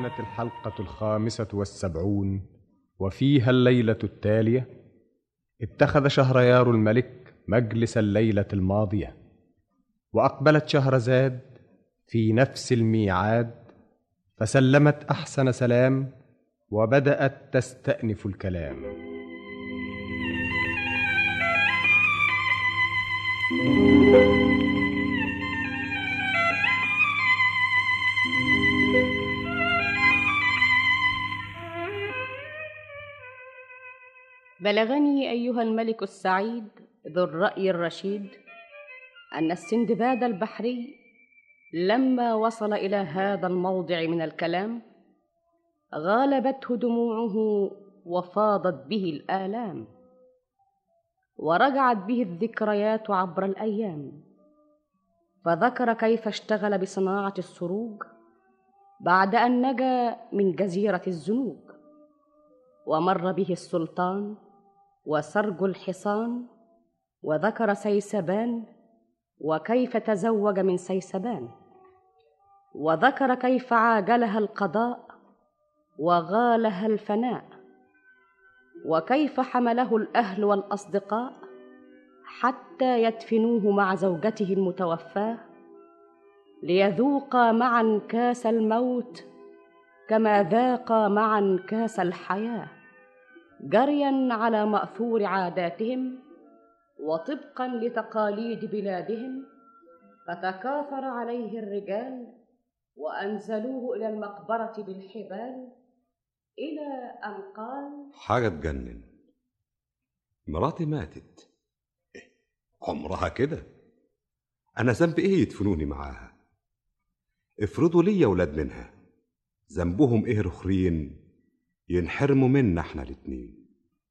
كانت الحلقة 75 وفيها الليلة التالية. اتخذ شهريار الملك مجلس الليلة الماضية، وأقبلت شهرزاد في نفس الميعاد، فسلمت أحسن سلام وبدأت تستأنف الكلام. بلغني أيها الملك السعيد ذو الرأي الرشيد أن السندباد البحري لما وصل إلى هذا الموضع من الكلام غالبته دموعه وفاضت به الآلام، ورجعت به الذكريات عبر الأيام، فذكر كيف اشتغل بصناعة السروج بعد أن نجا من جزيرة الزنوج، ومر به السلطان وسرج الحصان، وذكر سيسبان وكيف تزوج من سيسبان، وذكر كيف عاجلها القضاء وغالها الفناء، وكيف حمله الأهل والأصدقاء حتى يدفنوه مع زوجته المتوفاة، ليذوقا معا كاس الموت كما ذاقا معا كاس الحياة، جريا على مأثور عاداتهم وطبقا لتقاليد بلادهم. فتكاثر عليه الرجال وأنزلوه إلى المقبرة بالحبال، إلى أن قال: حاجة تجنن، مراتي ماتت. عمرها كده، أنا ذنب إيه يدفنوني معاها؟ افرضوا لي ولاد منها، ذنبهم إيه رخرين ينحرموا منا إحنا الاتنين؟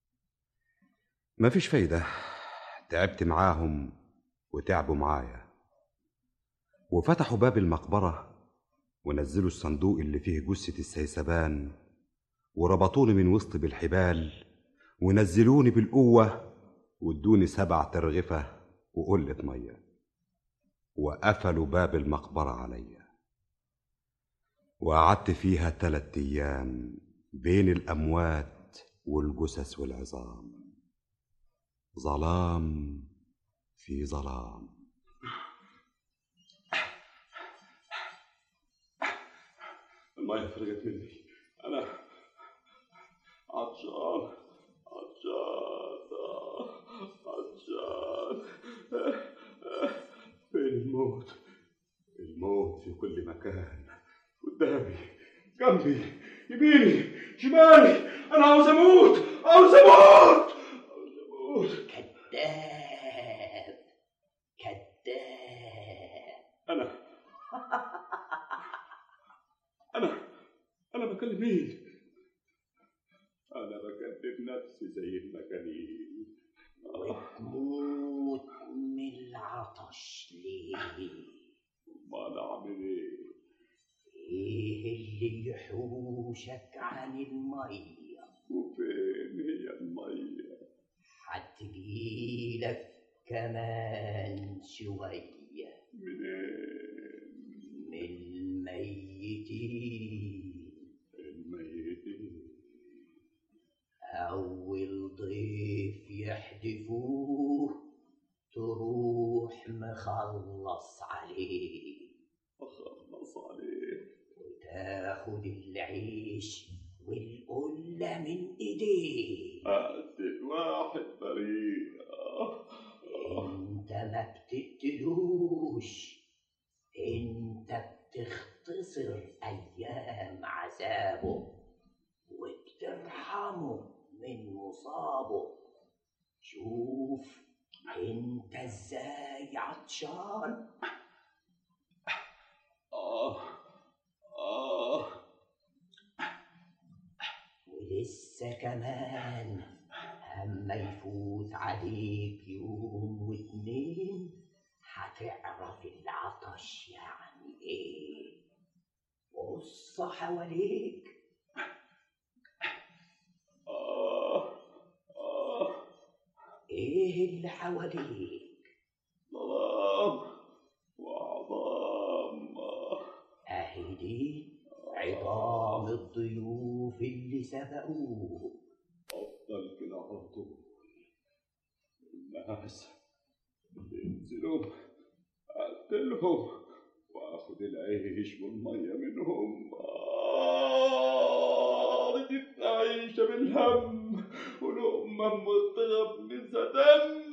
مفيش فايدة، تعبت معاهم وتعبوا معايا. وفتحوا باب المقبرة ونزلوا الصندوق اللي فيه جثة السيسبان، وربطوني من وسط بالحبال، ونزلوني بالقوة وادوني 7 ترغفة وقلة مية، وقفلوا باب المقبرة عليا، وقعدت فيها 3 أيام بين الأموات والجثث والعظام، ظلام في ظلام. المية فرقت مني، أنا عطشان عطشان. فين الموت؟ الموت في كل مكان، قدامي، جنبي، يميني، شمالي. أنا عاوز أموت. كذاب أنا بكلم مين؟ أنا بكلم نفسي زي المجانين. وتموت من العطش ليه؟ ما أنا أعمل إيه؟ إيه اللي يحوشك عن المية؟ وفين هي المية؟ هتجيلك كمان شوية. منين؟ من الميتين. أول ضيف يحدفوه تروح مخلص عليه، وتاخد العيش والقلة من ايديه. أقتل واحد بريء. انت ما بتقتلوش، انت بتختصر ايام عذابه وبترحمه من مصابه. شوف انت ازاي عطشان. ولسه كمان اما يفوت عليك يوم واتنين هتعرف العطش يعني ايه. بص حواليك. ايه اللي حواليك؟ ظلام وعظام. اهي دي عظام الضيوف اللي سبقوه. أفضل كده على طول. الناس ينزلوا أقتلهم وآخد العيش والمية منهم. ردت عايشة بالهم ولقمة متغمسة دم.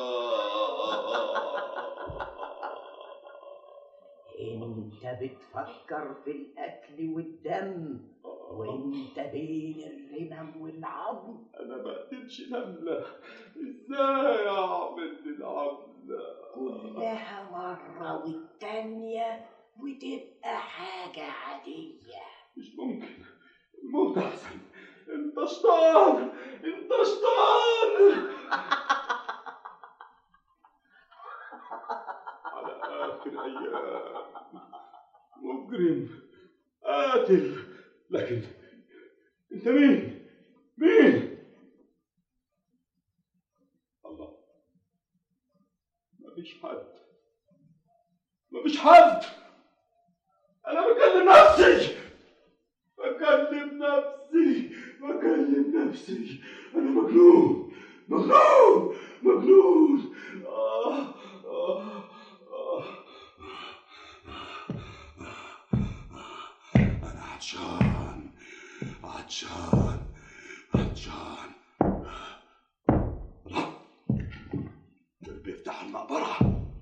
انت بتفكر في الاكل والدم وانت بين الرمم والعظم. انا ما اقدرش نملة، ازاي اعمل العملة؟ كلها مرة والتانية وتبقى حاجة عادية. مش ممكن، الموت احسن. انت شطان، انت شطان. على اخر ايام مجرم قاتل، لكن انت مين؟ مين؟ الله، مفيش حد. انا بكلم نفسي. انا مجنون. انا عطشان. الله، دول بيفتحوا المقبرة.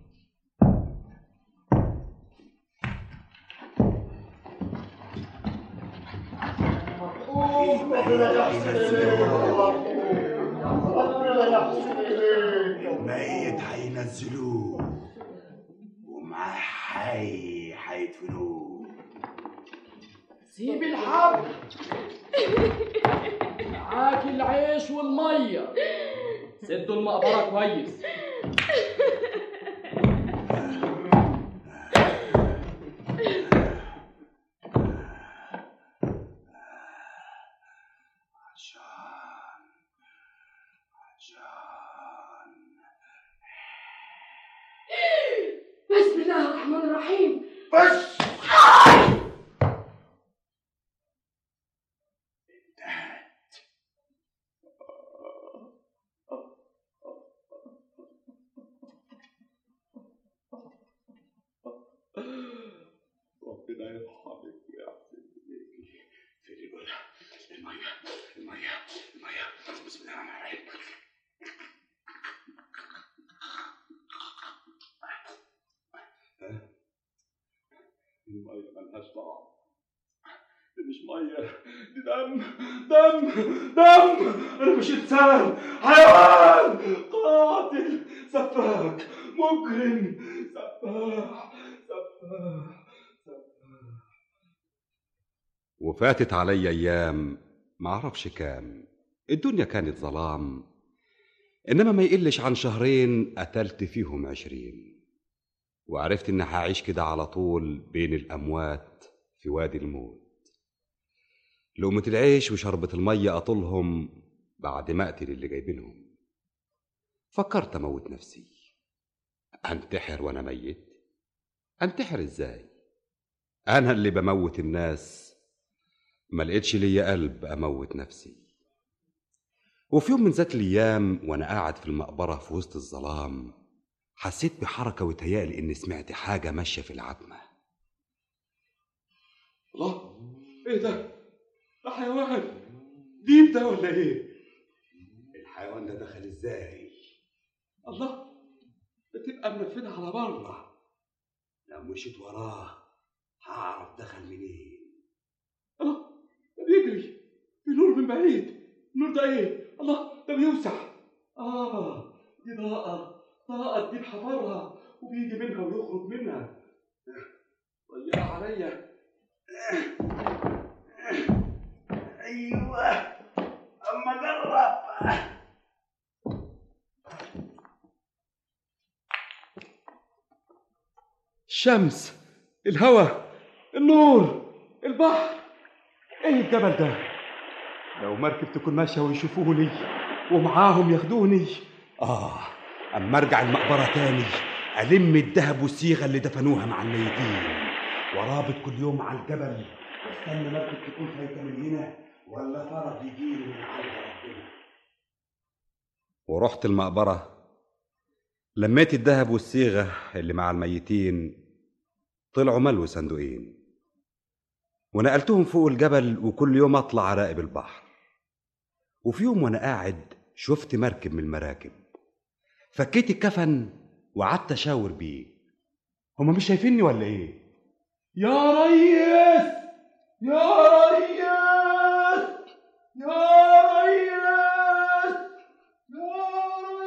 الميت هينزلوه ومعاه هيدفنوه. سيب الحبل، معاك العيش والميه، سدوا المقبره كويس. بسم الله الرحمن الرحيم. بس ربنا يرحمك ويحسن إليكي. في المية. بسم الله الرحمن الرحيم. المية ملهاش طعم، دي مش مية، دي دم. أنا مش إنسان، حيوان، قاتل، سفاك، مجرم، سفاح. وفاتت علي أيام معرفش كام، الدنيا كانت ظلام، إنما ما يقلش عن شهرين قتلت فيهم 20، وعرفت إني هعيش كده على طول بين الأموات في وادي الموت. لقمة العيش وشربة المية أطولهم بعد ما أقتل اللي جايبينهم. فكرت أموت نفسي، أنتحر وأنا ميت؟ أنتحر إزاي؟ أنا اللي بموت الناس، ما لقيتش ليا قلب أموت نفسي. وفي يوم من ذات الأيام وأنا قاعد في المقبرة في وسط الظلام، حسيت بحركة وتهيألي إني سمعت حاجة ماشية في العتمة. الله، إيه ده حيوان؟ ديب ده ولا إيه؟ الحيوان ده دخل إزاي؟ الله، بتبقى منفذة على بره. لو مشيت وراه هعرف دخل منين. الله، ده بيجري في نور من بعيد. النور ده إيه؟ الله، ده بيوسع. دي ضاءة تجيب حفرها وبيجي منها ويخرج منها. ضيقها عليا. ايوه، اما جرب. الشمس، الهواء، النور، البحر. ايه الجبل ده؟ لو مركب تكون ماشيه ويشوفوني ومعاهم ياخدوني. اما ارجع المقبره تاني الم الذهب والصيغه اللي دفنوها مع الميتين، ورابط كل يوم على الجبل استنى مركب تكون فايته من هنا ولا فرج يجيلي من عند ربنا. ورحت المقبرة، لميت الذهب والصيغة اللي مع الميتين، طلعوا ملو صندوقين، ونقلتهم فوق الجبل، وكل يوم اطلع اراقب البحر. وفي يوم وانا قاعد شفت مركب من المراكب، فكيت الكفن وقعدت اشاور بيه. هما مش شايفيني ولا ايه؟ يا ريس يا ريس يا ريس يا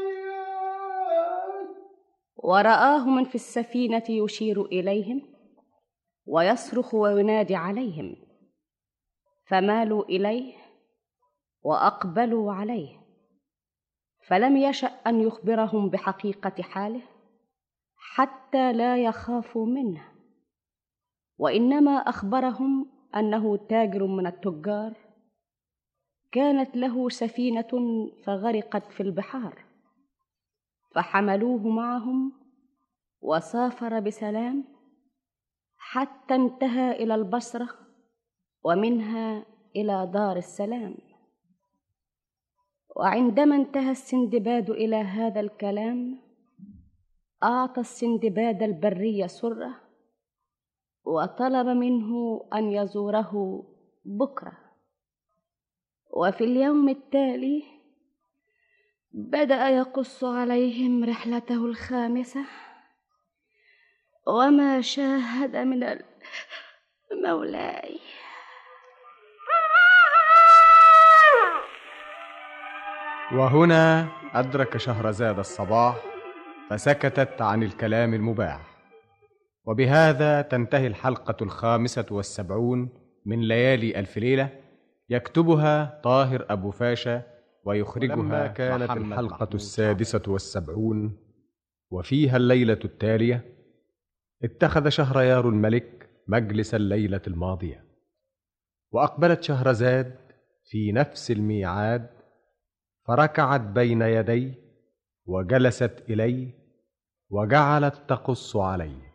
ريس. ورآه من في السفينة يشير إليهم ويصرخ وينادي عليهم، فمالوا إليه وأقبلوا عليه، فلم يشأ أن يخبرهم بحقيقة حاله حتى لا يخافوا منه، وإنما أخبرهم أنه تاجر من التجار، كانت له سفينة فغرقت في البحار، فحملوه معهم وسافر بسلام حتى انتهى إلى البصرة، ومنها إلى دار السلام. وعندما انتهى السندباد إلى هذا الكلام، أعطى السندباد البري سرة، وطلب منه أن يزوره بكرة. وفي اليوم التالي بدأ يقص عليهم رحلته الخامسة، وما شاهد من مولاي. وهنا أدرك شهرزاد الصباح، فسكتت عن الكلام المباح. وبهذا تنتهي الحلقة 75 من ليالي ألف ليلة، يكتبها طاهر أبو فاشا ويخرجها. ولما كانت الحلقة 76 وفيها الليلة التالية، اتخذ شهريار الملك مجلس الليلة الماضية، وأقبلت شهرزاد في نفس الميعاد، فركعت بين يديه وجلست إليه وجعلت تقص عليه.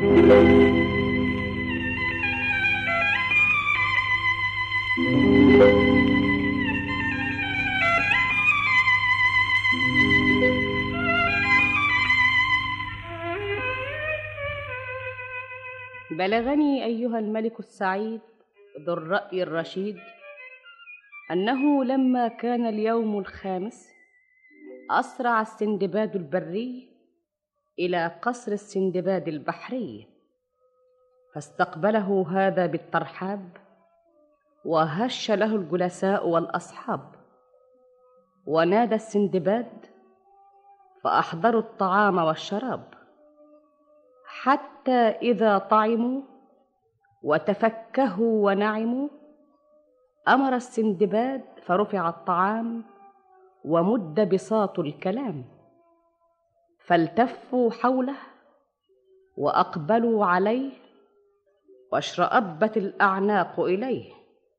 بلغني أيها الملك السعيد ذو الرأي الرشيد أنه لما كان اليوم الخامس، أسرع السندباد البري إلى قصر السندباد البحري، فاستقبله هذا بالترحاب، وهش له الجلساء والأصحاب، ونادى السندباد فأحضروا الطعام والشراب، حتى إذا طعموا وتفكهوا ونعموا، أمر السندباد فرفع الطعام ومد بساط الكلام، فالتفوا حوله وأقبلوا عليه، واشرأبت الأعناق إليه.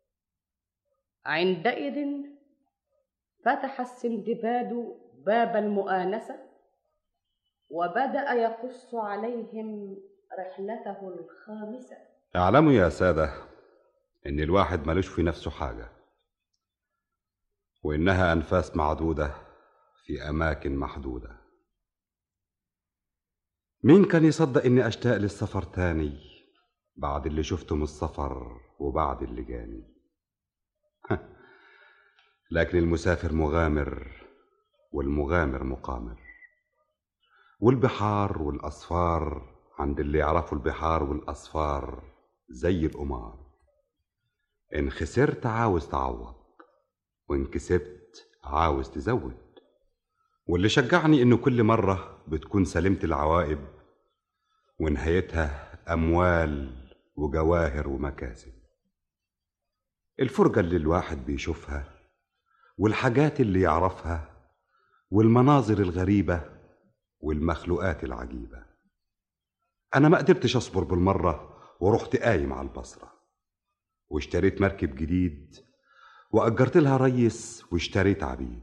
عندئذ فتح السندباد باب المؤانسة، وبدأ يقص عليهم رحلته الخامسة. اعلموا يا سادة إن الواحد ملوش في نفسه حاجة، وإنها أنفاس معدودة في أماكن محدودة. مين كان يصدق إني أشتاق للسفر تاني بعد اللي شفته من السفر وبعد اللي جاني؟ لكن المسافر مغامر، والمغامر مقامر، والبحار والأصفار عند اللي يعرفوا البحار والأصفار زي القمار. إن خسرت عاوز تعوض، وإن كسبت عاوز تزود. واللي شجعني إنه كل مرة بتكون سلمت العوائب، ونهايتها أموال وجواهر ومكاسب. الفرجة اللي الواحد بيشوفها، والحاجات اللي يعرفها، والمناظر الغريبة والمخلوقات العجيبة. أنا ما قدرتش أصبر بالمرة، ورحت قايم على البصرة، واشتريت مركب جديد، وأجرت لها ريس، واشتريت عبيد،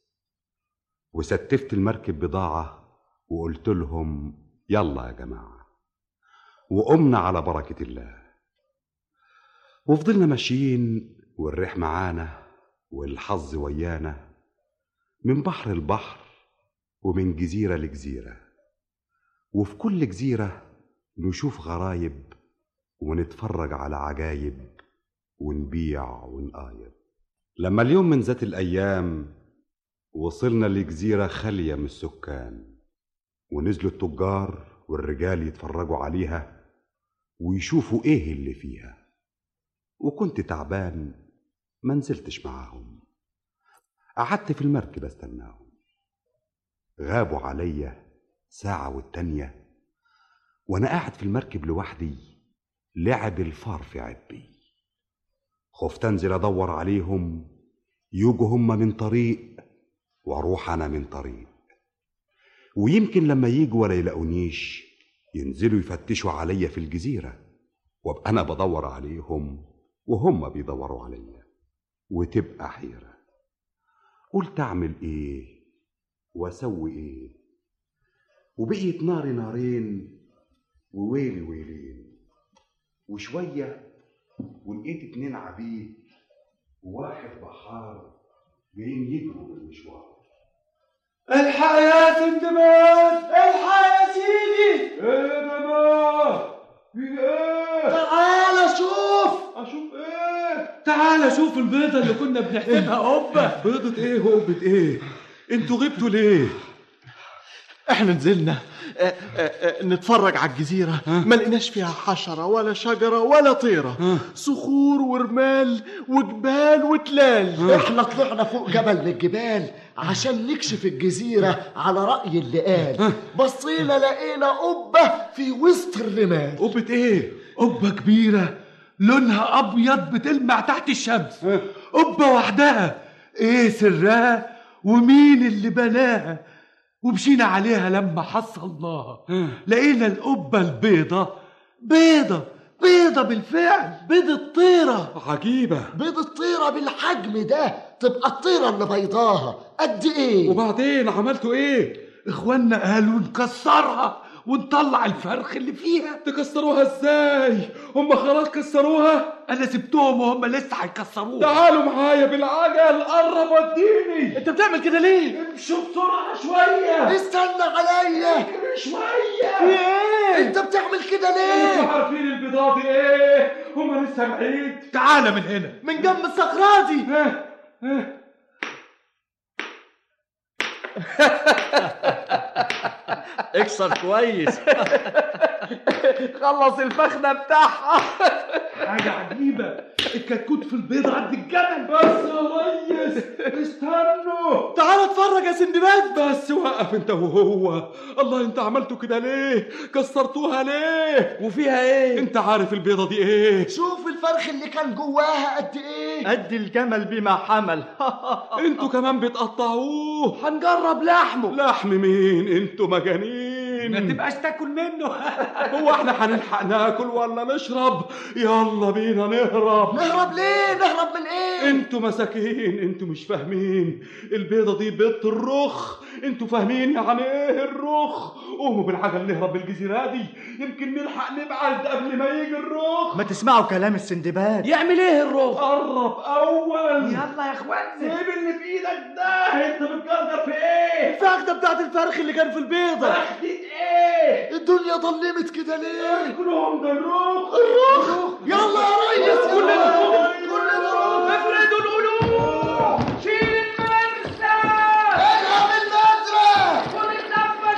وستفت المركب بضاعة، وقلت لهم يلا يا جماعة، وقمنا على بركة الله. وفضلنا ماشيين والريح معانا والحظ ويانا، من بحر لبحر ومن جزيرة لجزيرة، وفي كل جزيرة نشوف غرايب ونتفرج على عجايب ونبيع ونقايب. لما اليوم من ذات الأيام وصلنا لجزيرة خالية من السكان، ونزلوا التجار والرجال يتفرجوا عليها ويشوفوا ايه اللي فيها، وكنت تعبان ما نزلتش معاهم، قعدت في المركب استناهم. غابوا عليا ساعة والتانية وانا قاعد في المركب لوحدي، لعب الفار في عبي. خفت انزل ادور عليهم، يجوا هم من طريق واروح انا من طريق، ويمكن لما يجوا ولا يلاقونيش ينزلوا يفتشوا عليا في الجزيرة، وابقى انا بدور عليهم وهم بيدوروا عليا، وتبقى حيرة. قلت اعمل ايه واسوي ايه، وبقيت ناري نارين وويلي ويلين. وشوية ولقيت 2 عبيد وواحد بحار جايين يجروا بالمشوار. الحق يا سندباد، الحق يا سيدي. ايه ده بقى؟ في ايه؟ تعال شوف. اشوف ايه؟ تعال شوف البيضة اللي كنا بنحسبها قبة. بيضة ايه وقبة ايه؟ انتوا غبتوا ليه؟ احنا نزلنا نتفرج على الجزيرة، ما لقيناش فيها حشرة ولا شجرة ولا طيرة، صخور ورمال وجبال وتلال. احنا طلعنا فوق جبل من الجبال عشان نكشف الجزيرة على رأي اللي قال. بصينا لقينا قبة في وسط الرمال. قبة ايه؟ قبة كبيرة لونها ابيض بتلمع تحت الشمس، قبة وحدها. ايه سرها ومين اللي بناها؟ ومشينا عليها لما حصلناها لقينا القبة البيضة بيضة بالفعل، بيضة طيرة عجيبة. بيضة طيرة بالحجم ده تبقى الطيرة اللي بيضاها قد ايه؟ وبعدين عملتوا ايه؟ اخواننا قالوا نكسرها ونطلع الفرخ اللي فيها. تكسروها ازاي؟ هم خلاص كسروها؟ انا سبتهم وهم لسه هيكسروها. تعالوا معايا بالعجل، قرب وديني. انت بتعمل كده ليه؟ امشوا بسرعة شوية. استنى عليا. اجري شوية. في ايه؟ انت بتعمل كده ليه؟ انتوا عارفين البيضات دي ايه؟ هم لسه بعيد. تعالى من هنا، من جنب الصخرة دي. اكسر كويس. خلص الفخدة بتاعها. حاجة عجيبة، الكتكوت في البيض عند الجبل. بس يا ريس استنوا، تعال اتفرج يا سندباد. بس وقف انت وهو. الله، انت عملتوا كده ليه؟ كسرتوها ليه؟ وفيها ايه؟ انت عارف البيضة دي ايه؟ شوف الفرخ اللي كان جواها قد ايه؟ قد الجمل بما حمل. انتوا كمان بتقطعوه؟ هنجرب لحمه. لحم مين؟ انتوا مجانين. ما تبقاش تاكل منه. هو احنا هنلحق ناكل ولا نشرب؟ يلا بينا نهرب. نهرب ليه؟ نهرب من ايه؟ انتوا مساكين، انتوا مش فاهمين. البيضة دي بيضة الرخ، انتوا فاهمين يعني ايه الرخ؟ قوموا بالعجل نهرب بالجزيرة دي، يمكن نلحق نبعد قبل ما يجي الرخ. ما تسمعوا كلام السندباد. يعمل ايه الرخ؟ قرب اول. يلا يا اخواني. سيب اللي في ايدك ده، انت بتجرجر في ايه؟ الفخدة بتاعت الفرخ اللي كان في البيضة. فخدة ايه؟ الدنيا ضلمت كده ليه؟ كلهم ده الرخ. يلا يا ريس، كلنا نروح. افردوا القلوب، شيل المرسى، العب المدرة. خد الدفة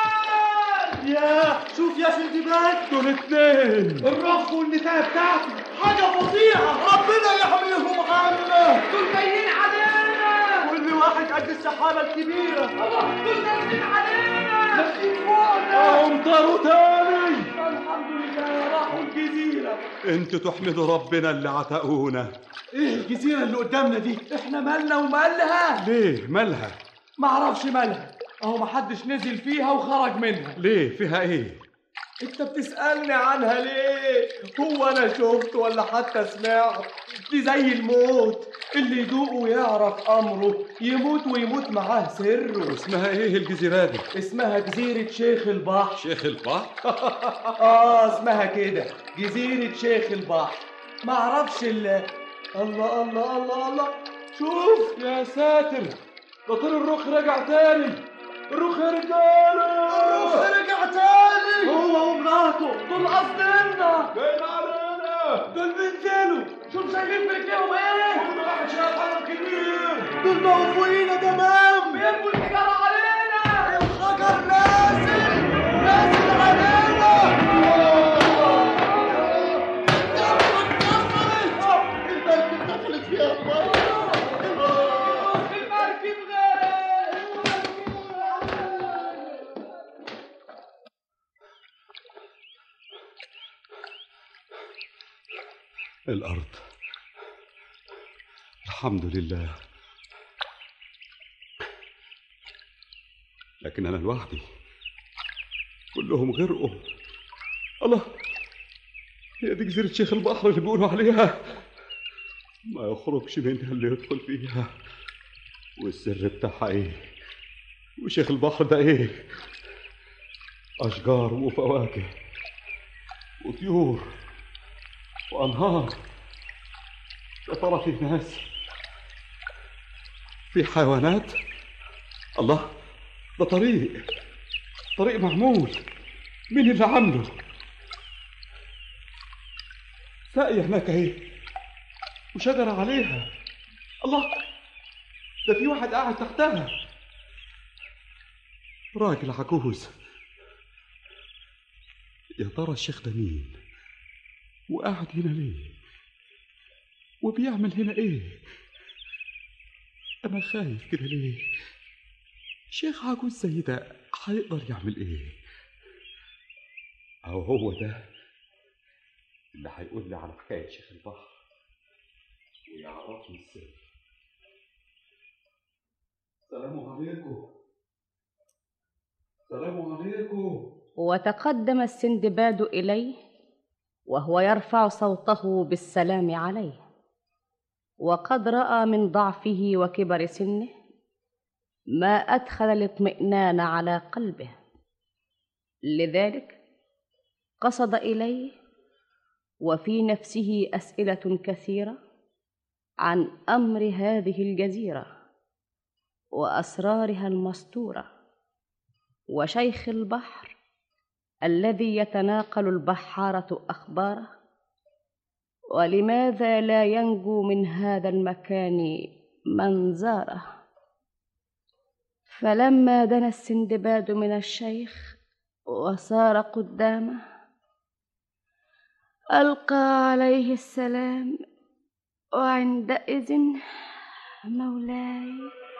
شمال. يا شوف يا سندباد، دول 2 الرخ والنتاية بتاعتي. حاجة فظيعة. ربنا يحميهم عنا. دول جايين علينا، كل واحد قد السحابة الكبيرة. دول نازلين علينا، نازلين فوقنا. امطروا تاني. الحمد لله راحوا الجزيرة. انتوا تحمدوا ربنا اللي عتقونا. ايه الجزيرة اللي قدامنا دي؟ احنا مالنا ومالها؟ ليه مالها؟ معرفش مالها، اهو محدش نزل فيها وخرج منها. ليه فيها ايه؟ انت بتسألني عنها ليه؟ هو انا شفت ولا حتى سمعت؟ دي زي الموت، اللي يدوق ويعرف امره يموت ويموت معاه سره. اسمها ايه الجزيرة دي؟ اسمها جزيرة شيخ البحر. شيخ البحر؟ اسمها كده، جزيرة شيخ البحر. ما اعرفش الله الله الله شوف. يا ساتر، ده طير الرخ رجع تاني. الرخ يا رجاله، الرخ رجع تاني. هو ومراته دول قصدنا، جايين علينا. دول بينزلوا. شوف شايفين في رجليهم ايه؟ كل واحد شايل حجر كبير. دول موفوقين تمام، بيرموا الحجاره علينا. الحجر نازل علينا. المركب دخلت فيها المية. المركب غير. الأرض، الحمد لله. لكن أنا لوحدي، كلهم غرقوا. الله، هي دي جزيرة شيخ البحر اللي بيقولوا عليها؟ ما يخرجش منها اللي يدخل فيها. والسر بتاعها ايه؟ وشيخ البحر ده ايه؟ أشجار وفواكه وطيور وأنهار. يا ترى في ناس، في حيوانات؟ الله، ده طريق معمول. مين اللي عامله؟ ساقية هناك اهي، وشجرة عليها. الله، ده في واحد قاعد تحتها، راجل عجوز. يا ترى الشيخ ده مين؟ وقاعد هنا ليه؟ وبيعمل هنا ايه؟ انا خايف كده ليه؟ شيخ عجوز زي ده هيقدر يعمل ايه؟ هو ده اللي هيقول لي على حكاية شيخ البحر ويعرفني السر. سلام عليكم. سلام عليكم. وتقدم السندباد إليه وهو يرفع صوته بالسلام عليه، وقد رأى من ضعفه وكبر سنه ما أدخل الاطمئنان على قلبه، لذلك قصد إليه وفي نفسه أسئلة كثيرة عن أمر هذه الجزيرة وأسرارها المستورة، وشيخ البحر الذي يتناقل البحارة أخباره، ولماذا لا ينجو من هذا المكان من زاره. فلما دنا السندباد من الشيخ وصار قدامه ألقى عليه السلام، وعندئذ مولاي.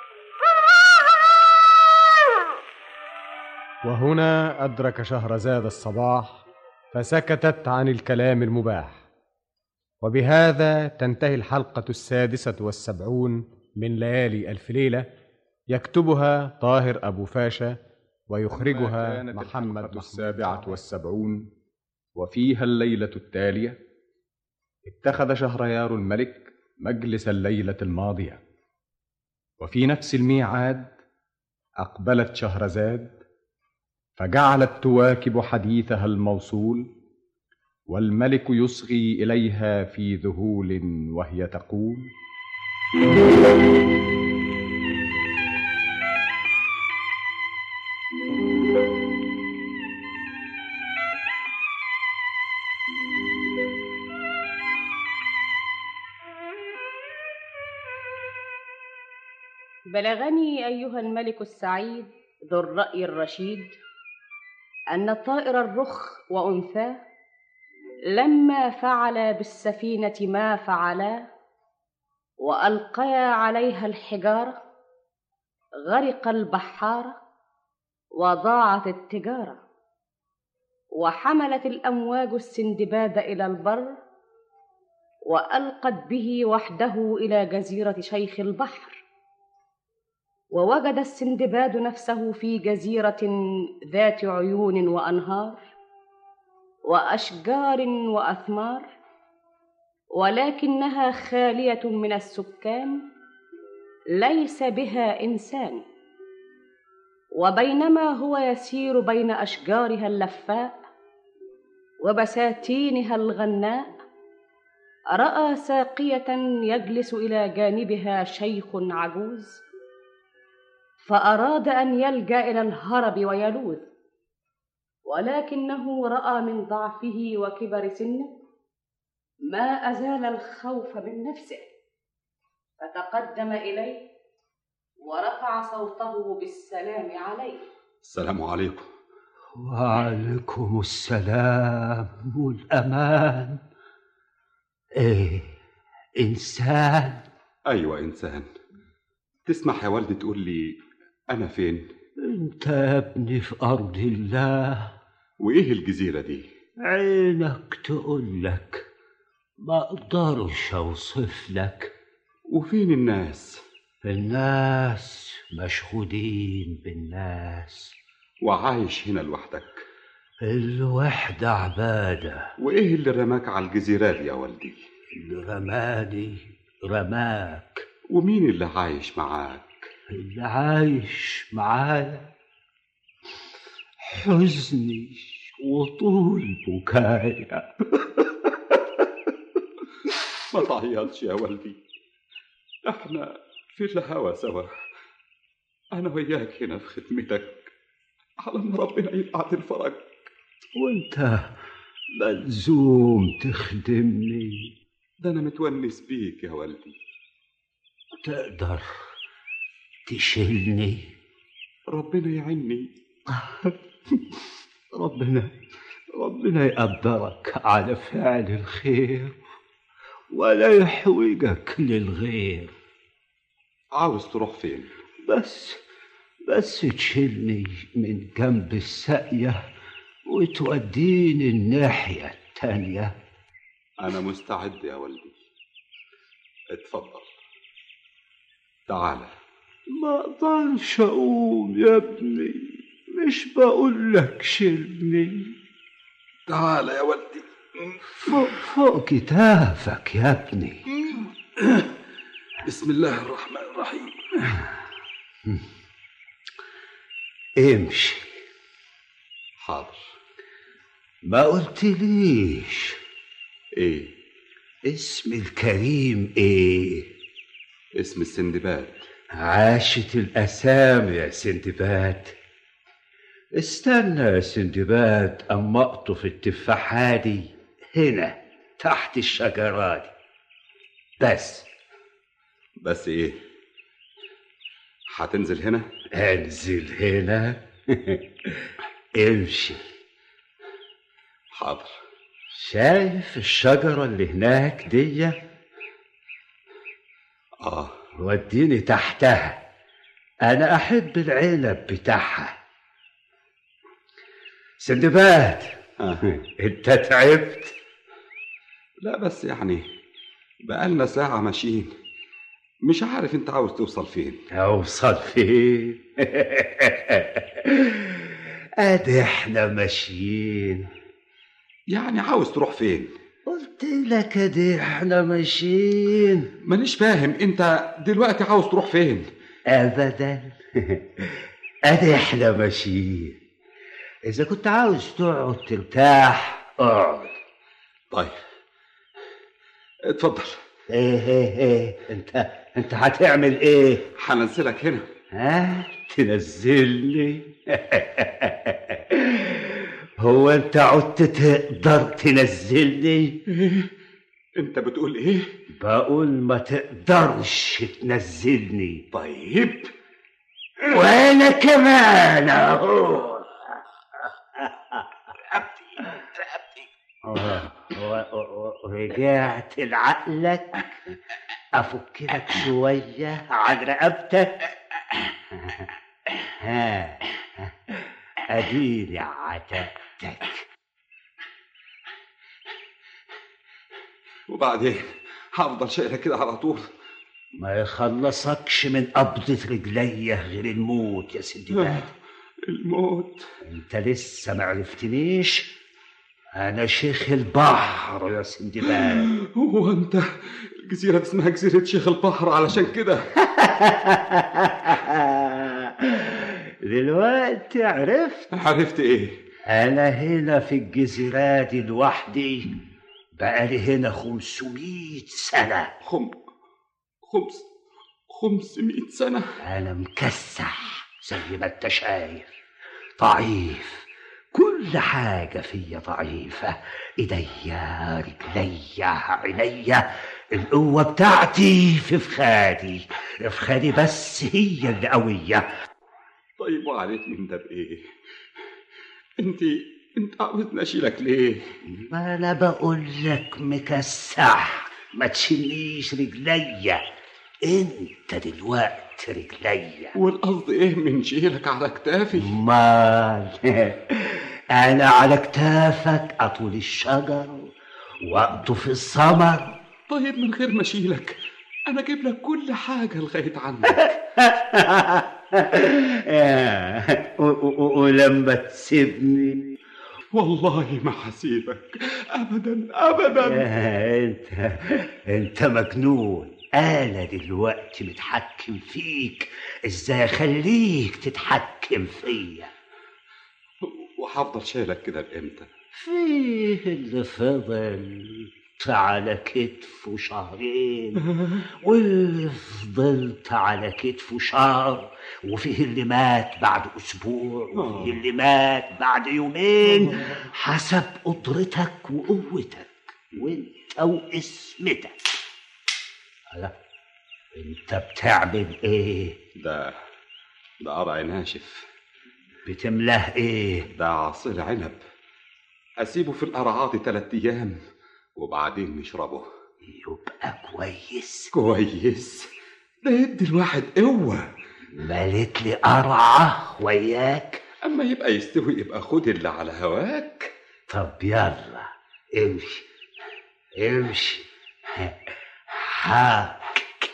وهنا أدرك شهرزاد الصباح فسكتت عن الكلام المباح. وبهذا تنتهي الحلقة 76 من ليالي ألف ليلة، يكتبها طاهر أبو فاشا ويخرجها محمد 77. وفيها الليلة التالية اتخذ شهريار الملك مجلس الليلة الماضية، وفي نفس الميعاد أقبلت شهرزاد فجعلت تواكب حديثها الموصول، والملك يصغي إليها في ذهول وهي تقول: بلغني أيها الملك السعيد ذو الرأي الرشيد أن طائر الرخ وأنثاه لما فعلا بالسفينة ما فعلا وألقيا عليها الحجارة غرق البحارة وضاعت التجارة، وحملت الأمواج السندباد إلى البر وألقت به وحده إلى جزيرة شيخ البحر. ووجد السندباد نفسه في جزيرة ذات عيون وأنهار وأشجار وأثمار، ولكنها خالية من السكان، ليس بها إنسان. وبينما هو يسير بين أشجارها اللفاء وبساتينها الغناء، رأى ساقية يجلس إلى جانبها شيخ عجوز، فأراد أن يلجأ إلى الهرب ويلوذ، ولكنه رأى من ضعفه وكبر سنه ما أزال الخوف من نفسه، فتقدم إليه ورفع صوته بالسلام عليه. السلام عليكم. وعليكم السلام والأمان. إيه، إنسان؟ أيوة إنسان. تسمح يا والدي تقول لي أنا فين؟ أنت يا ابني في أرض الله. وإيه الجزيرة دي؟ عينك تقول لك، ما أقدرش أوصف لك. وفين الناس؟ الناس مشغولين بالناس. وعايش هنا لوحدك؟ الوحدة عبادة. وإيه اللي رماك على الجزيرة دي يا والدي؟ اللي رماني رماك. ومين اللي عايش معاك؟ اللي عايش معايا حزني وطول بكايا. ما تعيطش يا والدي، احنا في الهوى سوا، انا وياك هنا في خدمتك على ما ربنا يبعت الفرج. وانت ملزوم تخدمني. ده انا متونس بيك يا والدي. تقدر تشيلني؟ ربنا يعيني. ربنا يقدرك على فعل الخير ولا يحوجك للغير. عاوز تروح فين؟ بس تشيلني من جنب الساقية وتوديني الناحية التانية. أنا مستعد يا والدي، اتفضل تعالى. ما اقدرش اقوم يا ابني، مش بقول لك شيلني. تعالى يا والدي. فوق كتافك يا ابني. بسم الله الرحمن الرحيم. امشي. حاضر. ما قلتليش ايه اسم الكريم؟ ايه اسم السندباد؟ عاشت الاسامي يا سندباد. استنى يا سندباد اما اقطف التفاحة دي هنا تحت الشجرة دي. بس ايه، هتنزل هنا؟ انزل هنا. امشي. حاضر. شايف الشجرة اللي هناك دي؟ وديني تحتها، انا احب العنب بتاعها. سندباد. انت تعبت؟ لا بس يعني بقالنا ساعة ماشيين، مش عارف انت عاوز توصل فين. اوصل فين؟ ادي احنا ماشيين. يعني عاوز تروح فين؟ قلت لك ادي احنا ماشيين. مانيش فاهم انت دلوقتي عاوز تروح فين؟ ابدا. ادي احنا ماشيين. اذا كنت عاوز تقعد ترتاح اقعد. طيب اتفضل. ايه انت هتعمل ايه؟ هنزلك هنا. تنزلني؟ هو انت عدت تقدر تنزلني؟ انت بتقول ايه؟ بقول ما تقدرش تنزلني. طيب وانا كمان اهو. رجعت لعقلك؟ افكلك شويه عن رقبتك. اديني عتقتك. وبعدين هفضل شايلك كده على طول؟ ما يخلصكش من قبضة رجليا غير الموت يا سندباد. الموت؟ انت لسه ما عرفتنيش. انا شيخ البحر يا سندباد. هو انت الجزيرة اسمها جزيرة شيخ البحر علشان كده؟ دلوقتي عرفت. عرفت ايه؟ انا هنا في الجزيرة دي لوحدي بقالي هنا 500 سنة. 500 سنة؟ أنا مكسح زي ما أنت شايف، ضعيف، كل حاجة فيا ضعيفة، إيديا، رجليا، عينيا، القوة بتاعتي في فخادي بس هي اللي قوية. طيب وعليك من ده بإيه؟ انت عاوزني اشيلك ليه؟ ما انا بقول لك مكسح، ما تشيلنيش رجليا، انت دلوقتي رجليا. والقصد ايه من شيلك على كتافي؟ مال انا على كتافك اطول الشجر واقطف الثمر. طيب من غير ما اشيلك انا اجيب لك كل حاجه لغايه عندك. ولما تسيبني والله ما هسيبك ابدا. انت مجنون. انا دلوقتي متحكم فيك، ازاي اخليك تتحكم فيا؟ وهفضل شايلك كده لامتى؟ فيه اللي فضل على كتفه شهرين، واللي فضلت على كتفه شهر، وفيه اللي مات بعد اسبوع، وفيه اللي مات بعد يومين، حسب قدرتك وقوتك وانت واسمتك. انت بتعمل ايه؟ ده قرع ناشف. بتملاه ايه؟ ده عصير عنب، اسيبه في القرعات 3 ايام وبعدين نشربه. يبقى كويس. ده يدي الواحد قوة. مليت لي قرعة وياك. اما يبقى يستوي يبقى خد اللي على هواك. طب يلا امشي. ها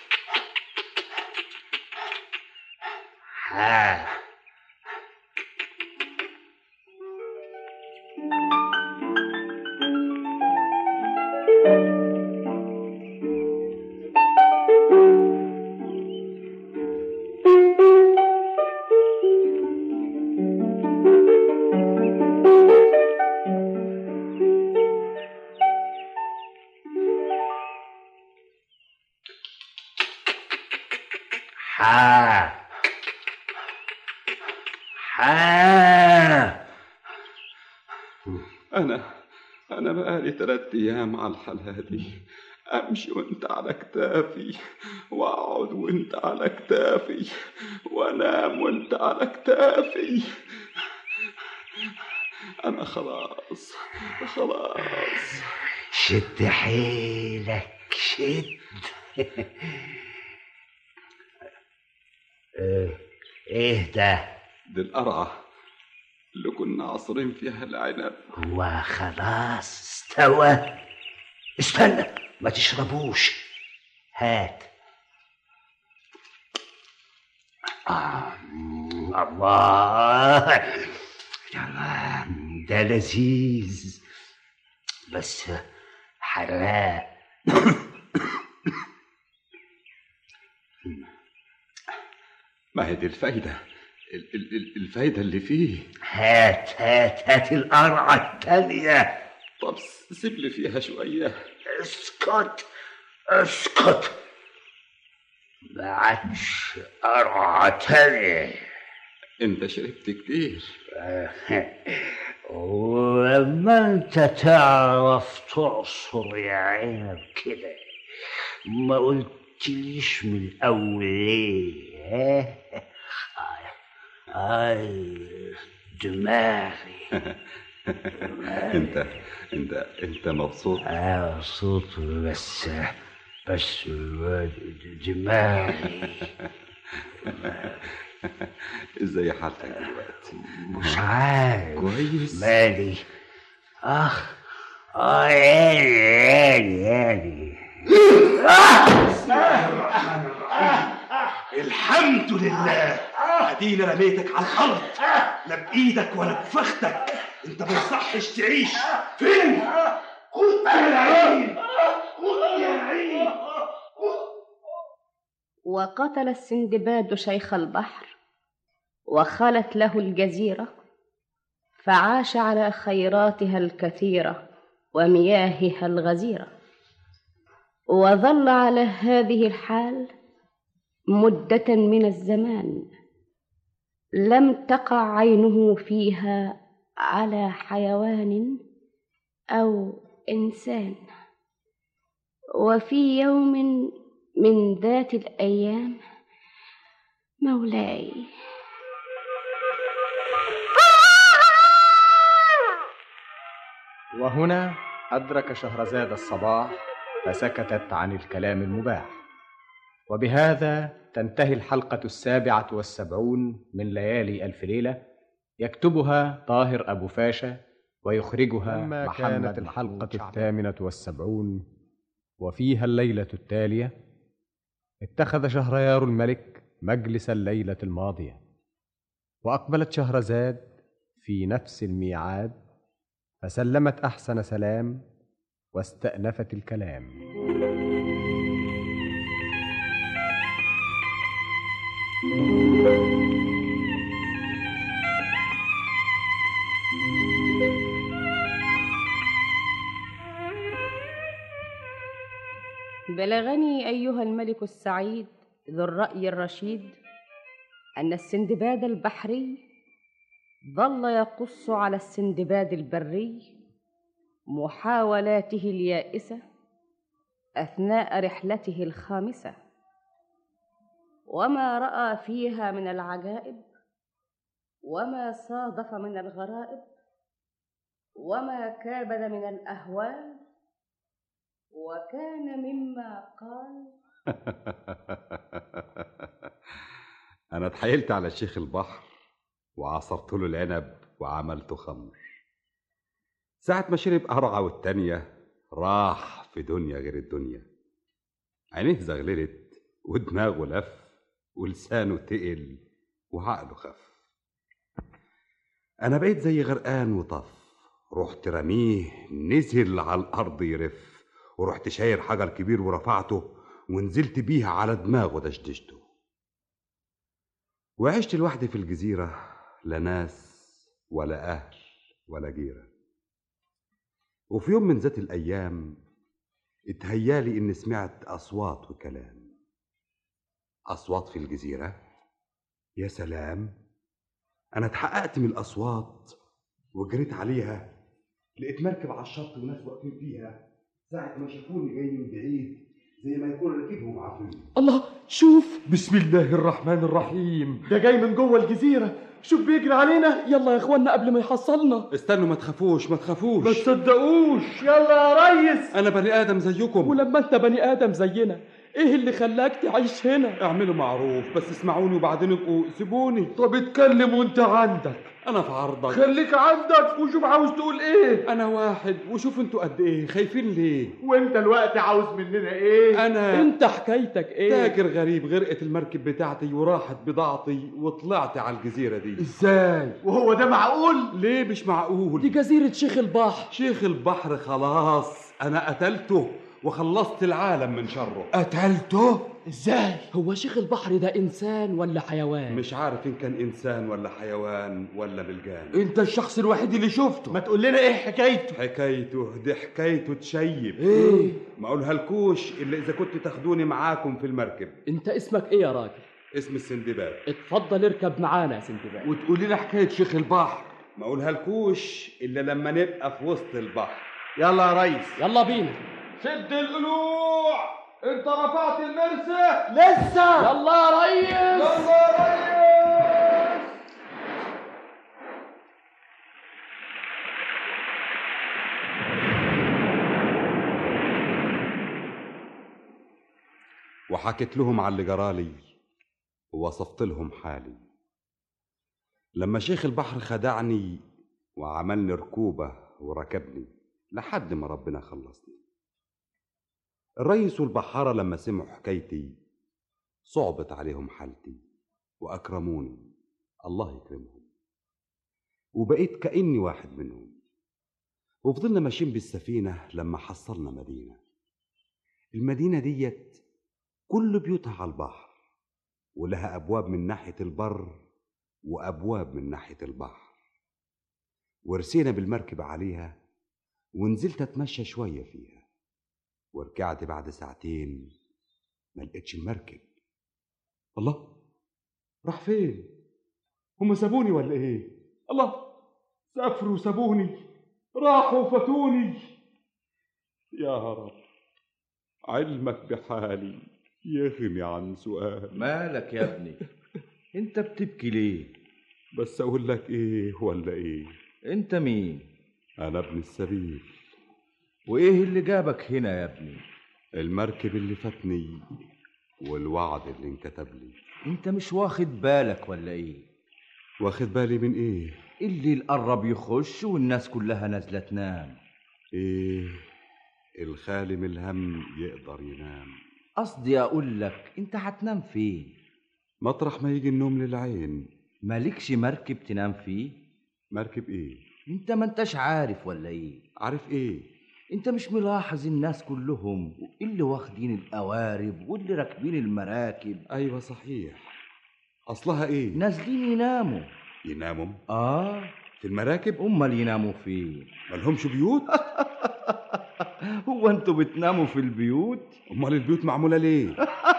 أنا بقالي 3 أيام على الحالة دي، أمشي وأنت على كتافي، وأقعد وأنت على كتافي، وأنام وأنت على كتافي. أنا خلاص. شد حيلك، شد. ايه ده؟ دي القرعة اللي كنا عصرين فيها العنب. وخلاص استوى. استنى ما تشربوش، هات. الله، ده لذيذ بس حراق. ما هي دي الفايدة اللي فيه. هات القرعة التانية. طب سيب لي فيها شوية. اسكت، ما عادش قرعة تانية. انت شربت كتير. ولما انت تعرف تعصر يا عنب كده، ما قلتليش من الاول ليه؟ دماغي. انت مبسوط؟ مبسوط بس دماغي. ازاي حالتك دلوقتي؟ مش عارف. كويس؟ مالي. يعني الحمد لله، ادينا رميتك على الارض، لا بايدك ولا بفخدك، انت ما يصحش تعيش. فين؟ خد يا عين. وقتل السندباد شيخ البحر، وخلت له الجزيرة، فعاش على خيراتها الكثيرة، ومياهها الغزيرة. وظل على هذه الحال مدة من الزمان لم تقع عينه فيها على حيوان أو إنسان. وفي يوم من ذات الأيام مولاي وهنا أدرك شهرزاد الصباح فسكتت عن الكلام المباح. وبهذا تنتهي الحلقة 77 من ليالي ألف ليلة، يكتبها طاهر أبو فاشا ويخرجها لما محمد كانت الحلقة 78 وفيها الليلة التالية، اتخذ شهريار الملك مجلس الليلة الماضية، وأقبلت شهرزاد في نفس الميعاد، فسلمت أحسن سلام واستأنفت الكلام. بلغني أيها الملك السعيد ذو الرأي الرشيد أن السندباد البحري ظل يقص على السندباد البري محاولاته اليائسة أثناء رحلته الخامسة، وما رأى فيها من العجائب، وما صادف من الغرائب، وما كابد من الأهوال، وكان مما قال أنا اتحايلت على شيخ البحر وعصرت له العنب وعملته خمر. ساعة ما شرب قرعة والتانية راح في دنيا غير الدنيا، عينيه زغللت ودماغه لف ولسانه تقل وعقله خف. أنا بقيت زي غرقان وطف، رحت رميه نزل على الأرض يرف، ورحت شاير حجر كبير ورفعته ونزلت بيه على دماغه دشدشته. وعشت لوحدي في الجزيرة، لا ناس ولا أهل ولا جيرة. وفي يوم من ذات الأيام اتهيالي إني سمعت أصوات وكلام. أصوات في الجزيرة؟ يا سلام! أنا اتحققت من الأصوات وجريت عليها، لقيت مركب على الشط وناس واقفين فيها. ساعة ما شافوني جاي من بعيد زي ما يكون راكبهم عفريت. الله، شوف، بسم الله الرحمن الرحيم، ده جاي من جوه الجزيرة، شوف بيجري علينا. يلا يا اخوانا قبل ما يحصلنا. استنوا، ما تخافوش ما تخافوش، ما تصدقوش. يلا يا ريس. أنا بني آدم زيكم. ولما انت بني ادم زينا، ايه اللي خلاك تعيش هنا؟ اعملوا معروف، بس اسمعوني وبعدين ابقوا سيبوني. طب اتكلم وانت عندك. أنا في عرضك. خليك عندك وشوف عاوز تقول ايه. أنا واحد وشوف انتوا قد إيه خايفين ليه. وانت الوقت عاوز مننا ايه؟ أنا انت حكايتك ايه؟ تاجر غريب، غرقت المركب بتاعتي وراحت بضاعتي وطلعت على الجزيرة دي. ازاي؟ وهو ده معقول؟ ليه مش معقول؟ دي جزيرة شيخ البحر. شيخ البحر خلاص أنا قتلته وخلصت العالم من شره. قتلته؟ ازاي؟ هو شيخ البحر ده انسان ولا حيوان؟ مش عارف إن كان إنسان ولا حيوان ولا بلجان. انت الشخص الوحيد اللي شفته. ما تقول لنا ايه حكايته؟ حكايته دي حكايته تشيب. ايه؟ ما أقولها لكوش إلا إذا كنت تاخدوني معاكم في المركب. انت اسمك ايه يا راجل؟ اسم السندباد. اتفضل اركب معانا يا سندباد. وتقول لنا حكاية شيخ البحر. ما أقولها لكوش إلا لما نبقى في وسط البحر. يلا يا ريس. يلا بينا. شد القلوع، انت رفعت المرسى؟ لسه. يلا يا ريس. يلا يا ريس. وحكيت لهم على اللي جرالي ووصفت لهم حالي. لما شيخ البحر خدعني وعملني ركوبة وركبني لحد ما ربنا خلصني. الريس والبحارة لما سمعوا حكايتي صعبت عليهم حالتي وأكرموني، الله يكرمهم، وبقيت كأني واحد منهم. وفضلنا ماشيين بالسفينة لما حصلنا مدينة. المدينة ديت كل بيوتها على البحر، ولها أبواب من ناحية البر وأبواب من ناحية البحر. ورسينا بالمركب عليها ونزلت اتمشى شوية فيها، ورجعت بعد ساعتين ما لقيتش المركب. الله، راح فين؟ هم سابوني ولا ايه؟ الله، سافروا وسابوني، راحوا وفاتوني. يا رب علمك بحالي يغني عن سؤال. مالك يا ابني؟ انت بتبكي ليه؟ بس اقول لك ايه ولا ايه؟ انت مين؟ انا ابن السبيل. وايه اللي جابك هنا يا ابني؟ المركب اللي فاتني والوعد اللي انكتب لي. انت مش واخد بالك ولا ايه؟ واخد بالي من ايه؟ اللي قرب يخش والناس كلها نازله تنام. ايه الخالي من الهم يقدر ينام. قصدي اقول لك انت هتنام فين؟ مطرح ما يجي النوم للعين. مالكش مركب تنام فيه؟ مركب ايه؟ انت ما انتش عارف ولا ايه؟ عارف ايه؟ انت مش ملاحظ الناس كلهم اللي واخدين القوارب واللي راكبين المراكب؟ ايوه صحيح. اصلها ايه؟ نازلين يناموا. يناموا؟ في المراكب؟ امال يناموا فين؟ مالهمش بيوت؟ هو انتوا بتناموا في البيوت؟ امال البيوت معموله ليه؟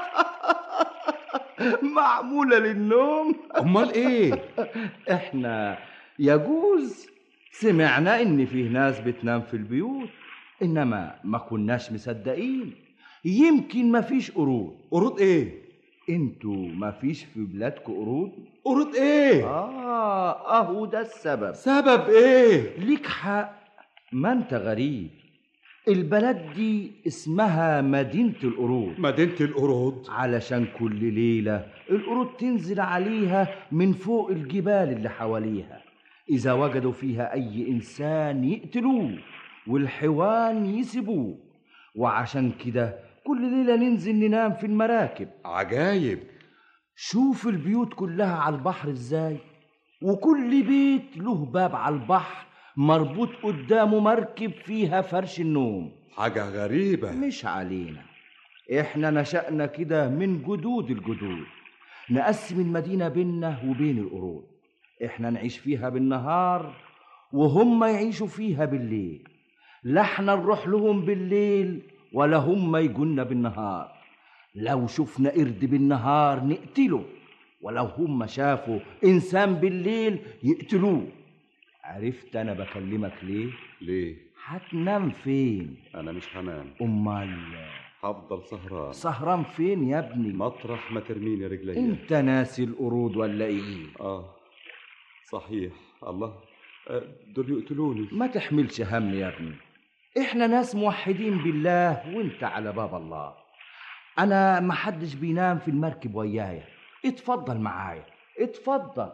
معموله للنوم. امال ايه؟ احنا يجوز سمعنا ان فيه ناس بتنام في البيوت، انما ما كناش مصدقين. يمكن ما فيش قرود. قرود ايه؟ انتوا ما فيش في بلادكم قرود؟ قرود ايه؟ اهو ده السبب. سبب ايه؟ ليك حق، ما انت غريب. البلد دي اسمها مدينة القرود. مدينة القرود علشان كل ليلة القرود تنزل عليها من فوق الجبال اللي حواليها. إذا وجدوا فيها أي إنسان يقتلوه والحيوان يسيبوه. وعشان كده كل ليلة ننزل ننام في المراكب. عجايب. شوف البيوت كلها على البحر إزاي، وكل بيت له باب على البحر مربوط قدامه مركب فيها فرش النوم. حاجة غريبة. مش علينا، احنا نشأنا كده من جدود الجدود. نقسم المدينة بيننا وبين القرود. احنا نعيش فيها بالنهار وهم يعيشوا فيها بالليل. لا احنا نروح لهم بالليل ولا هم يجونا بالنهار. لو شفنا قرد بالنهار نقتله، ولو هم شافوا إنسان بالليل يقتلوه. عرفت أنا بكلمك ليه؟ ليه؟ هتنام فين؟ أنا مش هنام. أمال هفضل سهران. سهران فين يا ابني؟ مطرح ما ترميني رجلي. انت ناسي القرود ولا ايه؟ صحيح. الله، دول يقتلوني. ما تحملش هم يا ابني، احنا ناس موحدين بالله وانت على باب الله. انا ما حدش بينام في المركب ويايا. اتفضل معايا، اتفضل.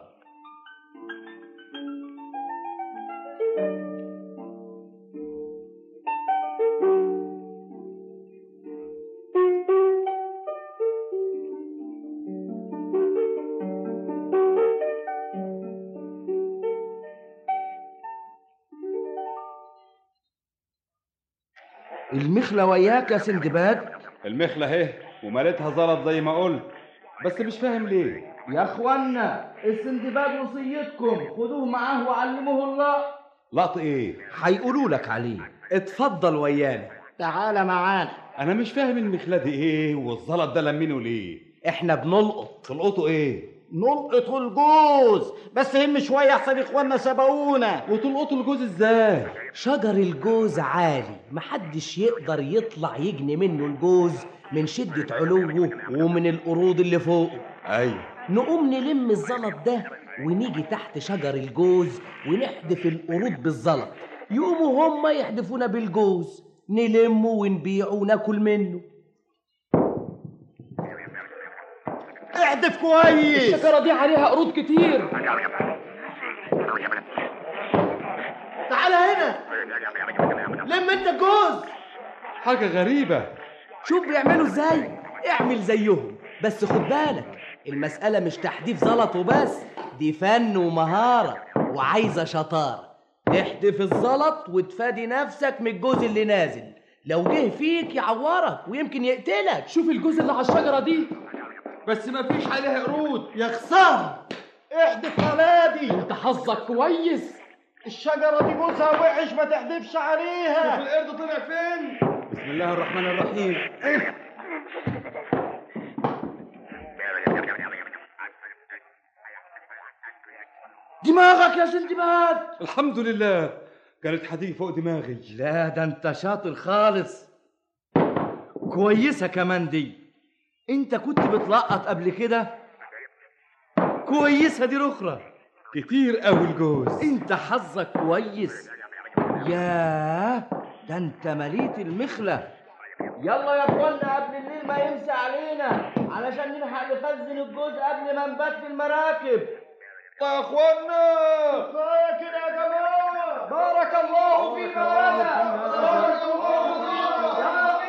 المخلة وياك يا سندباد؟ المخلة اهي، ومالتها زلط زي ما قلت، بس مش فاهم ليه. يا اخوانا السندباد وصيتكم خدوه معاه وعلموه الله. لقط ايه؟ هيقولوا لك عليه. اتفضل ويانا. تعالى معانا. انا مش فاهم المخلة دي ايه والزلط ده لمينه ليه؟ احنا بنلقط. تلقطوا ايه؟ نلقط الجوز، بس هم شويه احسن اخواننا سبقونا. وتلقطوا الجوز ازاي؟ شجر الجوز عالي، محدش يقدر يطلع يجني منه الجوز من شدة علوه ومن القرود اللي فوقه. ايوه. نقوم نلم الزلط ده ونيجي تحت شجر الجوز ونحدف القرود بالزلط، يقوموا هم يحدفونا بالجوز، نلمه ونبيعه وناكل منه. احدف كويس. الشجرة دي عليها قرود كتير. تعالى هنا، لم انت الجوز. حاجة غريبة. شوف بيعملوا ازاي، اعمل زيهم، بس خد بالك المسألة مش تحديف زلط وبس، دي فن ومهارة وعايزة شطارة. تحدف الزلط وتفادي نفسك من الجوز اللي نازل، لو جه فيك يعورك ويمكن يقتلك. شوف الجوز اللي على الشجرة دي، بس ما فيش عليها قرود. يا خسارة، احدف على دي. انت حظك كويس، الشجرة دي جوزها وحش، ما تحدفش عليها. شوف القرد طلع فين. بسم الله الرحمن الرحيم. دماغك يا سندباد. الحمد لله، كانت حديقة فوق دماغي. لا ده انت شاطر خالص. كويسة كمان دي. انت كنت بتلقط قبل كده؟ كويسة دي رخرة. كتير قوي الجوز. انت حظك كويس. ياه ده انت مليت المخلة. يلا يا اخوانا قبل الليل ما يمسي علينا علشان نلحق نخزن الجوز قبل ما نبات في المراكب. يا اخوانا كفايه كده يا جماعه. بارك الله فيما رزق. بارك الله فيما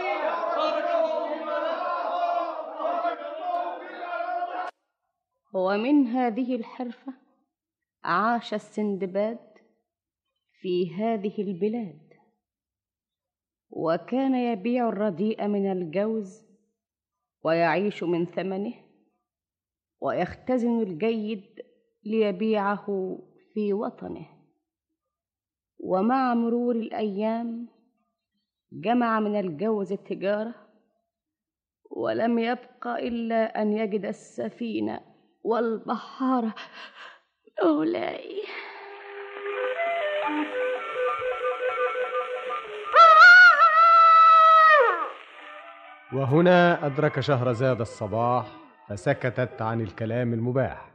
ومن هذه الحرفة عاش السندباد في هذه البلاد، وكان يبيع الرديء من الجوز ويعيش من ثمنه، ويختزن الجيد ليبيعه في وطنه. ومع مرور الأيام جمع من الجوز التجارة، ولم يبق إلا أن يجد السفينة والبحارة. مولاي وهنا أدرك شهرزاد الصباح فسكتت عن الكلام المباح.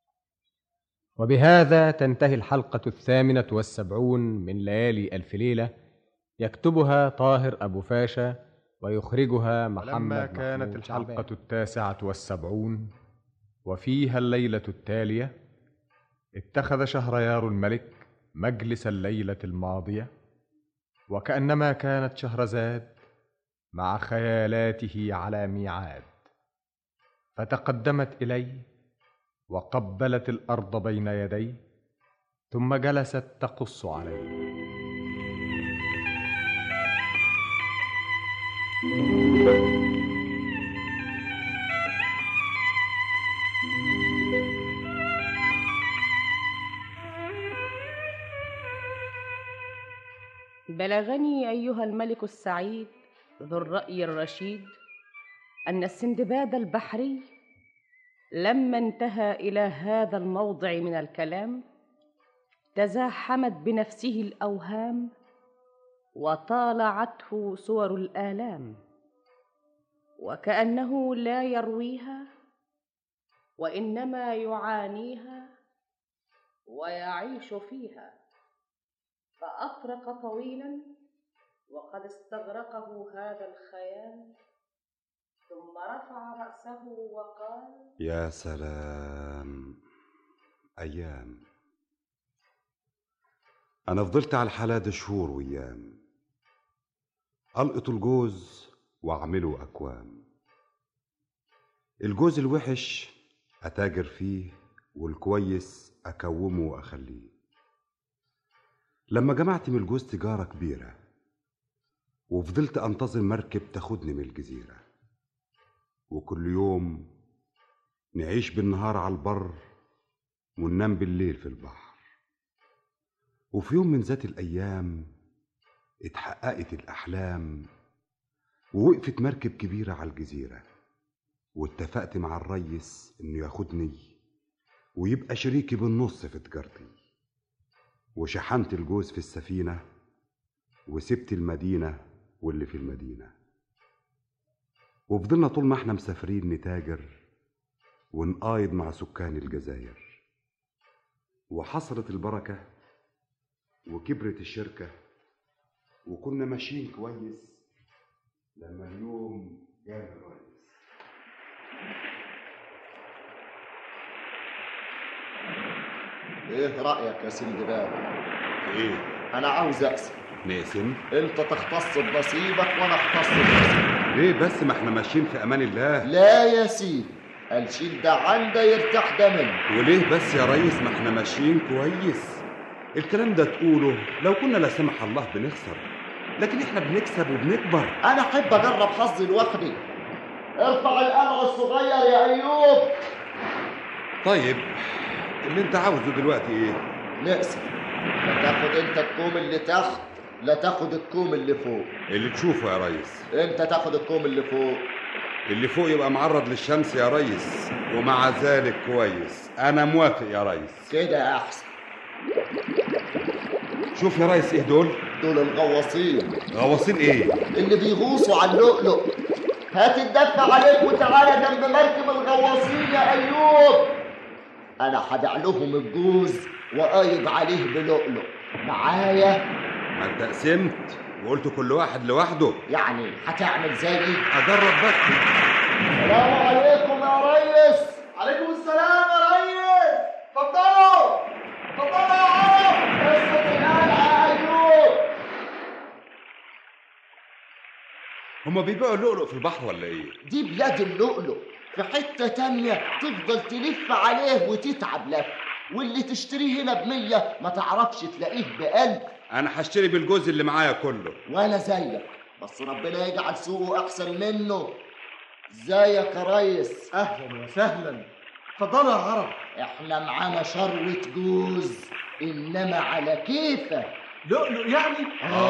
وبهذا تنتهي الحلقة 78 من ليالي ألف ليلة، يكتبها طاهر أبو فاشا ويخرجها محمد. لما كانت الحلقة 79 وفيها الليلة التالية، اتخذ شهريار الملك مجلس الليلة الماضية، وكأنما كانت شهرزاد مع خيالاته على ميعاد، فتقدمت إليه وقبلت الأرض بين يديه، ثم جلست تقص عليه. بلغني أيها الملك السعيد ذو الرأي الرشيد أن السندباد البحري لما انتهى إلى هذا الموضع من الكلام تزاحمت بنفسه الأوهام وطالعته صور الآلام، وكأنه لا يرويها وإنما يعانيها ويعيش فيها، فأطرق طويلا وقد استغرقه هذا الخيال، ثم رفع رأسه وقال: يا سلام أيام، أنا فضلت على الحالة دي شهور وأيام، ألقط الجوز وأعمله أكوام. الجوز الوحش أتاجر فيه، والكويس أكومه وأخليه. لما جمعت من الجوز تجارة كبيرة، وفضلت أنتظر مركب تاخدني من الجزيرة، وكل يوم نعيش بالنهار على البر وننام بالليل في البحر. وفي يوم من ذات الأيام اتحققت الأحلام، ووقفت مركب كبيرة على الجزيرة، واتفقت مع الريس إنه ياخدني ويبقى شريكي بالنص في تجارتي. وشحنت الجوز في السفينة، وسبت المدينة واللي في المدينة، وفضلنا طول ما احنا مسافرين نتاجر ونقايض مع سكان الجزائر. وحصلت البركة وكبرت الشركة، وكنا ماشيين كويس لما اليوم جاء الرئيس. ايه رأيك يا سندباد؟ ايه؟ انا عاوز اقسم. نقسم؟ انت تختص بنصيبك وانا اختص بنصيبي. ليه بس؟ ما احنا ماشيين في امان الله. لا يا سيدي، الشيل ده عنده يرتاح ده منه. وليه بس يا ريس؟ ما احنا ماشيين كويس. الكلام ده تقوله لو كنا لا سمح الله بنخسر، لكن احنا بنكسب وبنكبر. انا احب اجرب حظي لوحدي. ارفع القمع الصغير يا ايوب. طيب اللي انت عاوزه دلوقتي ايه؟ نقسم. لا تاخد انت الكوم اللي تحت، لا تاخد الكوم اللي فوق. اللي تشوفه يا ريس. انت تاخد الكوم اللي فوق. اللي فوق يبقى معرض للشمس يا ريس، ومع ذلك كويس. انا موافق يا ريس. كده احسن. شوف يا ريس، ايه دول؟ دول الغواصين. غواصين ايه؟ اللي بيغوصوا على اللؤلؤ. هات الدفة عليك وتعالى جنب مركب الغواصين يا ايوب. انا هدع لهم الجوز وقايض عليه بلؤلؤ. معايا؟ ما انت قسمت وقلت كل واحد لوحده. يعني هتعمل زيي؟ اجرب بس. السلام عليكم يا ريس. عليكم السلام يا ريس. اتفضلوا اتفضلوا يا عرب. اسكت الآن يا ايوب. هما بيبيعوا اللؤلؤ في البحر ولا ايه؟ دي بلاد اللؤلؤ، في حتة تانية تفضل تلف عليه وتتعب لك، واللي تشتريه هنا ب100 ما تعرفش تلاقيه ب1000. انا هشتري بالجوز اللي معايا كله. وانا زيك، بس ربنا يجعل سوقه احسن منه. ازيك يا ريس؟ اهلا وسهلا. اتفضلوا يا عرب. احنا معانا شروة جوز، انما على كيفك. لؤلؤ يعني؟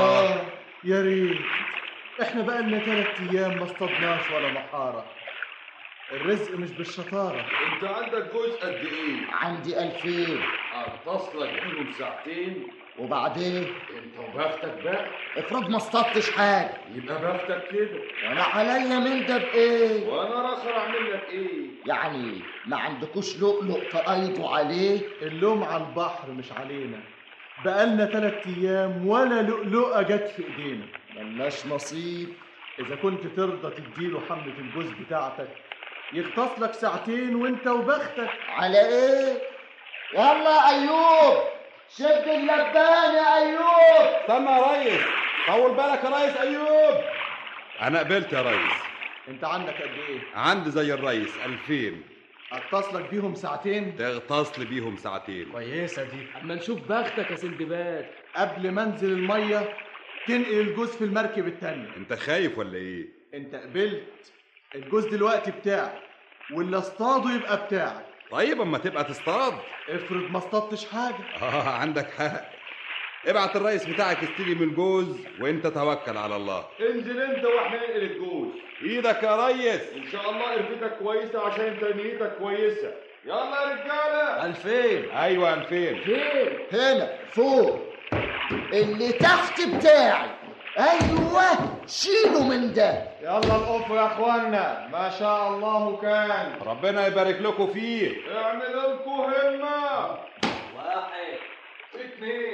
يا ريت. احنا بقى لنا 3 ايام ما اصطدناش ولا محاره. الرزق مش بالشطاره. انت عندك جوز قد ايه؟ عندي 2000. هتصلك بيهم ساعتين. وبعدين؟ انت وبختك بقى. افرض ما اصطدتش حاجه. يبقى بختك كده. وانا عليا من ده بايه؟ وانا رخر اعمل لك ايه؟ يعني ما عندكوش لؤلؤ تقايضوا عليه؟ اللوم على البحر مش علينا. بقالنا 3 ايام ولا لؤلؤه جت في ايدينا. ملناش نصيب. اذا كنت ترضى تديله حمله الجوز بتاعتك يختص لك ساعتين وانت وبختك. على ايه؟ يلا يا ايوب، شد اللبان يا ايوب. استنى يا ريس، طول بالك يا ريس. ايوب، انا قبلت يا ريس. انت عندك قد ايه؟ عندي زي الريس 2000. اتصلك بيهم ساعتين؟ تغطس لي بيهم ساعتين. كويسه دي. اما نشوف بختك يا سندباد. قبل ما انزل الميه تنقل الجوز في المركب التانية. انت خايف ولا ايه؟ انت قبلت. الجوز دلوقتي بتاعك، واللي اصطاده يبقى بتاعك. طيب اما تبقى تصطاد. افرض ما اصطادتش حاجه. عندك حق. ابعت الريس بتاعك يستلم الجوز وانت توكل على الله. انزل انت واحنا ننقل الجوز. ايدك يا ريس. ان شاء الله قرفتك كويسه عشان انت نيتك كويسه. يلا يا رجاله. 2000. ايوه 2000. فين؟ هنا فوق. اللي تحت بتاعي. ايوه شيلوا من ده. يلا القفوا يا اخوانا، ما شاء الله كان. ربنا يبارك لكم فيه. اعملوا لكم همه. 1 2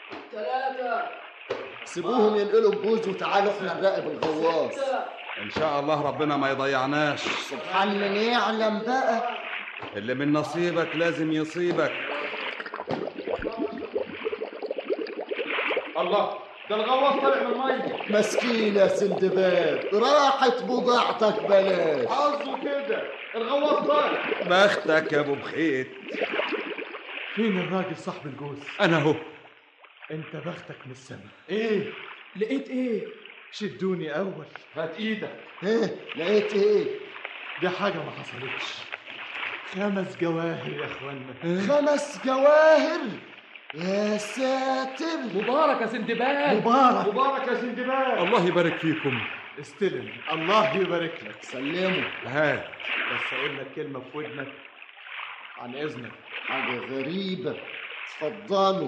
3. سيبوهم ينقلوا الجوز وتعالوا احنا نراقب الغواص. ان شاء الله ربنا ما يضيعناش. سبحان من يعلم بقى. اللي من نصيبك لازم يصيبك. الله، ده الغواص طالع من الميه. مسكين يا سندباد، راحت بضاعتك بلاش. حظه كده، الغواص طالع. بختك يا ابو بخيت. فين الراجل صاحب الجوز؟ انا اهو. انت بختك من السما. ايه؟ لقيت ايه؟ شدوني اول. هات ايدك. ايه لقيت ايه؟ دي حاجه ما حصلتش. 5 جواهر يا اخوانا. 5 جواهر؟ يا ساتر. مبارك يا سندباد. مبارك. مبارك يا سندباد. الله يبارك فيكم. استلم. الله يبارك لك. سلمه. هات. بس اقول لك كلمه في ودنك عن اذنك. حاجه غريبه. اتفضلوا.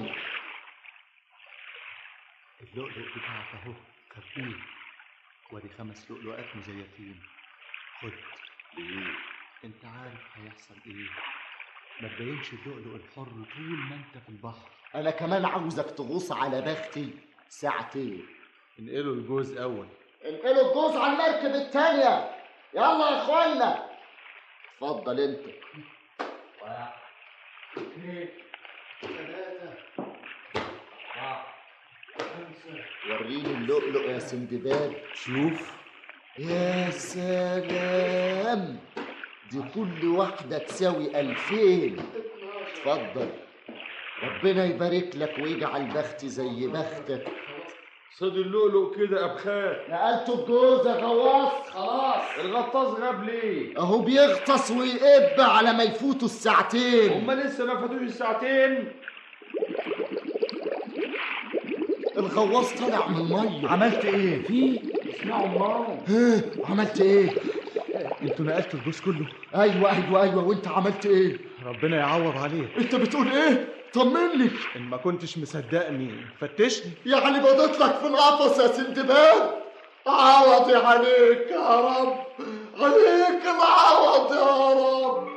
اللؤلؤ بتاعك اهو، خبيه. ودي 5 لؤلؤات مزيتين. خد. ايه؟ انت عارف هيحصل ايه؟ ما تبينش اللؤلؤ الحر طول ما انت في البحر. انا كمان عاوزك تغوص على بختي ساعتين. انقلوا الجوز اول. انقلوا الجوز على المركب التانية. يلا يا اخوانا. اتفضل انت. 1 2 3 4 5. وريني اللؤلؤ يا سندباد. شوف. يا سلام، دي كل واحدة تساوي 2000. اتفضل. ربنا يبارك لك ويجعل بختي زي بختك. صيد اللؤلؤ كده يا بخات. نقلتوا الجوز يا غواص؟ خلاص. الغطاس غاب ليه؟ اهو بيغطس ويقب على ما يفوتوا الساعتين. هما لسه ما فاتوش الساعتين. الغواص طلع من الميه. عملت ايه؟ اسمعوا الله. عملت ايه؟ انتوا نقلتوا الجوز كله؟ ايوه وانت عملت ايه؟ ربنا يعوض عليك. انت بتقول ايه؟ طمني. ان ما كنتش مصدقني فتشني. يعني بدت لك في القفص يا سندباد. عوضي عليك يا رب، عليك العوض يا رب.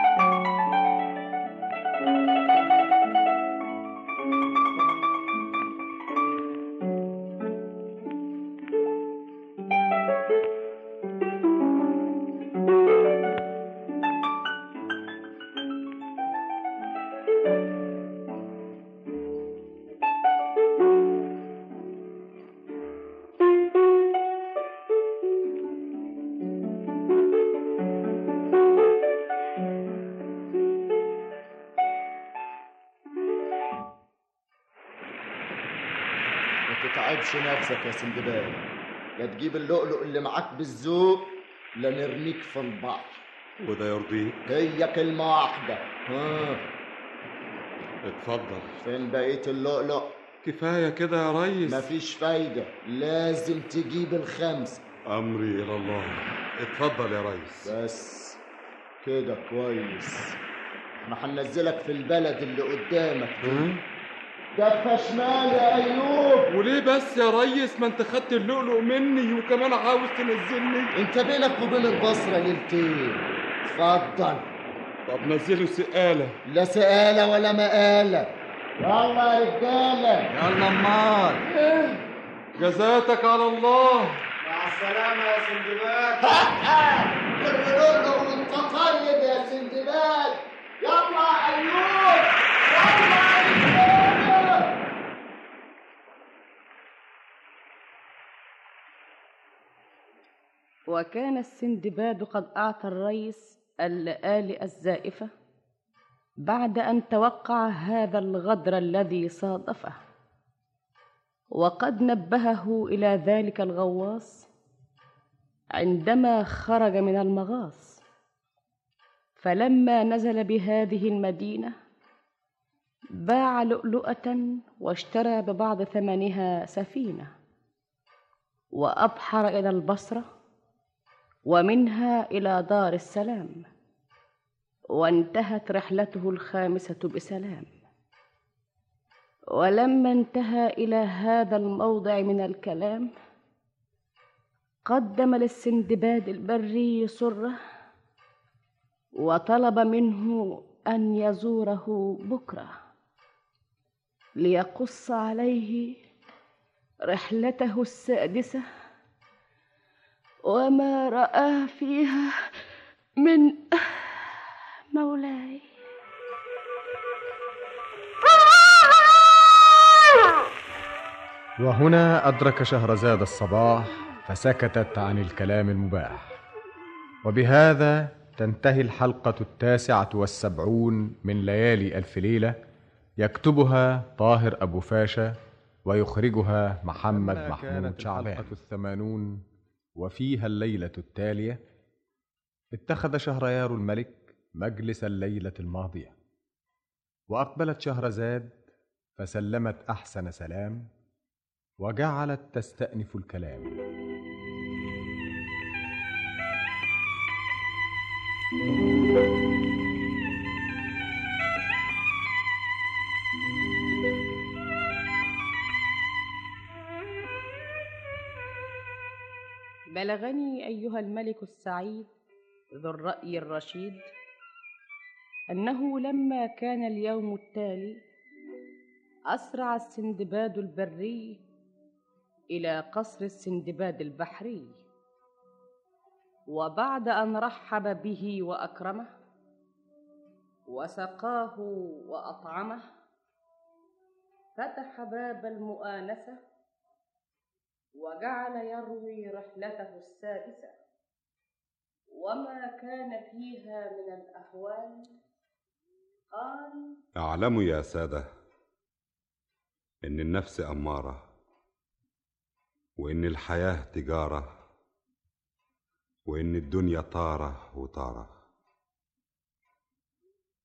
ما تتعبش نفسك يا سندباد، لا تجيب اللؤلؤ اللي معاك بالذوق لا نرميك في البحر. وده يرضيك؟ هي كلمة واحدة. اتفضل. فين بقية اللؤلؤ؟ كفاية كده يا ريس. مفيش فايدة، لازم تجيب الخمسة. أمري إلى الله. اتفضل يا ريس. بس كده كويس. احنا هننزلك في البلد اللي قدامك دي. دفة شمال يا أيوب. وليه بس يا ريس؟ ما انت خدت اللؤلؤ مني وكمان عاوز تنزلني. انت بينك وبين البصرة ليلتين. اتفضل. طب نزله سقالة. لا سقالة ولا مقالة. يلا يا رجالة. يلا امال. جزاتك على الله. مع السلامة يا سندباد. اللؤلؤ وانت طيب يا سندباد. يلا يا أيوب، يلا يا رجالة. وكان السندباد قد أعطى الريس اللآلئ الزائفة بعد أن توقع هذا الغدر الذي صادفه، وقد نبهه إلى ذلك الغواص عندما خرج من المغاص. فلما نزل بهذه المدينة باع لؤلؤة واشترى ببعض ثمنها سفينة، وأبحر إلى البصرة ومنها إلى دار السلام، وانتهت رحلته الخامسة بسلام. ولما انتهى إلى هذا الموضع من الكلام قدم للسندباد البري سره وطلب منه أن يزوره بكرة ليقص عليه رحلته السادسة وما رآه فيها من مولاي. وهنا أدرك شهرزاد الصباح فسكتت عن الكلام المباح. وبهذا تنتهي الحلقة 79 من ليالي ألف ليلة، يكتبها طاهر أبو فاشا ويخرجها محمد محمود شعبان. الحلقة 80 وفيها الليلة التالية. اتخذ شهريار الملك مجلس الليلة الماضية، وأقبلت شهرزاد فسلمت أحسن سلام، وجعلت تستأنف الكلام. بلغني أيها الملك السعيد ذو الرأي الرشيد أنه لما كان اليوم التالي أسرع السندباد البري إلى قصر السندباد البحري، وبعد أن رحب به وأكرمه وسقاه وأطعمه فتح باب المؤانسة وجعل يروي رحلته السادسة وما كان فيها من الأهوال. قال: اعلموا يا سادة إن النفس أمارة، وإن الحياة تجارة، وإن الدنيا طارة وطارة.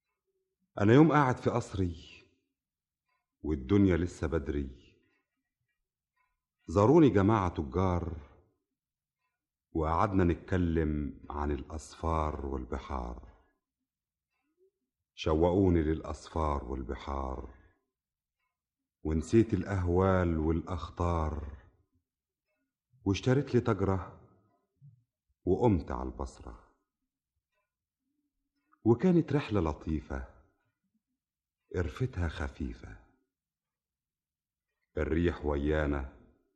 أنا يوم قاعد في قصري والدنيا لسه بدري، زاروني جماعة تجار وقعدنا نتكلم عن الأسفار والبحار. شوقوني للأسفار والبحار ونسيت الأهوال والأخطار، واشتريت لي تجرة وقمت على البصرة. وكانت رحلة لطيفة قرفتها خفيفة، الريح ويانا